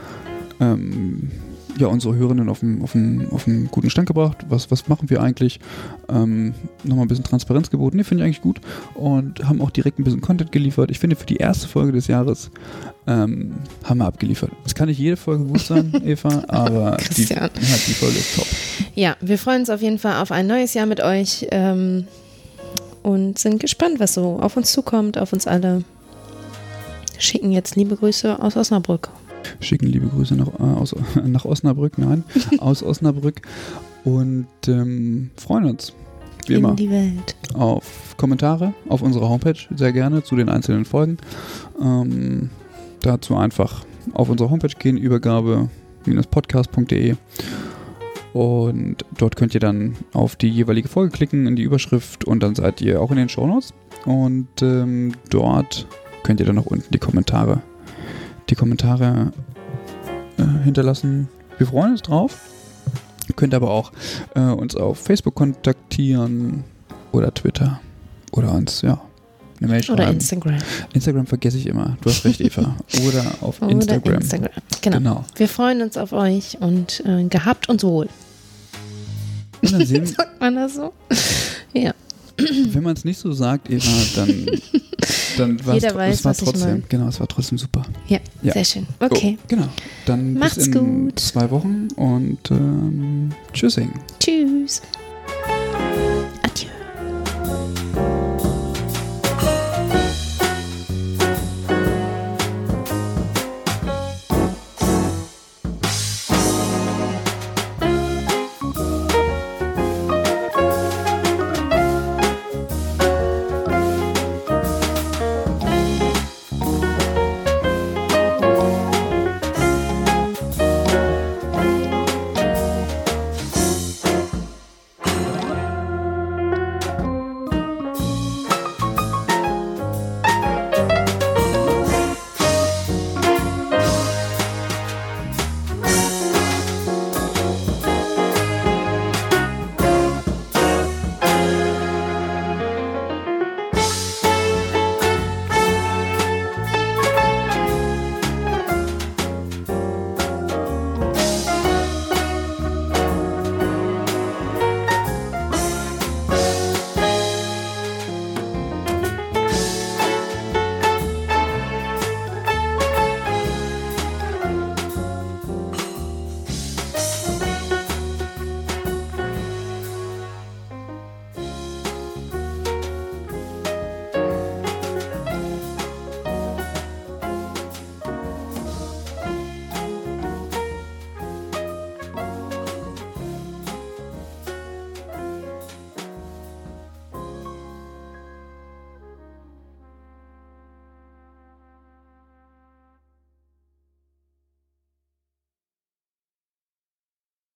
ähm, ja, unsere Hörerinnen auf einen auf auf guten Stand gebracht. Was, was machen wir eigentlich? Ähm, nochmal ein bisschen Transparenz geboten. Nee, finde ich eigentlich gut. Und haben auch direkt ein bisschen Content geliefert. Ich finde, für die erste Folge des Jahres ähm, haben wir abgeliefert. Es kann nicht jede Folge gut sein, Eva, aber die, ja, die Folge ist top. Ja, wir freuen uns auf jeden Fall auf ein neues Jahr mit euch ähm, und sind gespannt, was so auf uns zukommt, auf uns alle. Schicken jetzt liebe Grüße aus Osnabrück. Schicken liebe Grüße nach, äh, aus, nach Osnabrück, nein, aus Osnabrück und ähm, freuen uns, wie in immer, die Welt. Auf Kommentare auf unserer Homepage, sehr gerne zu den einzelnen Folgen. Ähm, dazu einfach auf unsere Homepage gehen, übergabe Bindestrich podcast punkt de und dort könnt ihr dann auf die jeweilige Folge klicken, in die Überschrift und dann seid ihr auch in den Shownotes und ähm, dort könnt ihr dann noch unten die Kommentare die Kommentare äh, hinterlassen. Wir freuen uns drauf. Ihr könnt aber auch äh, uns auf Facebook kontaktieren oder Twitter oder uns, ja, eine Mail schreiben. Oder Instagram. Instagram vergesse ich immer. Du hast recht, Eva. Oder auf oder Instagram. Instagram. Genau. genau. Wir freuen uns auf euch und äh, gehabt uns wohl. Und dann sehen sagt man das so? Ja. Wenn man es nicht so sagt, Eva, dann, dann war Jeder weiß, es war was trotzdem, ich meine. Genau, es war trotzdem super. Ja, ja. Sehr schön. Okay. Oh, genau. Dann Macht's bis in gut. zwei Wochen und ähm, tschüssing. Tschüss.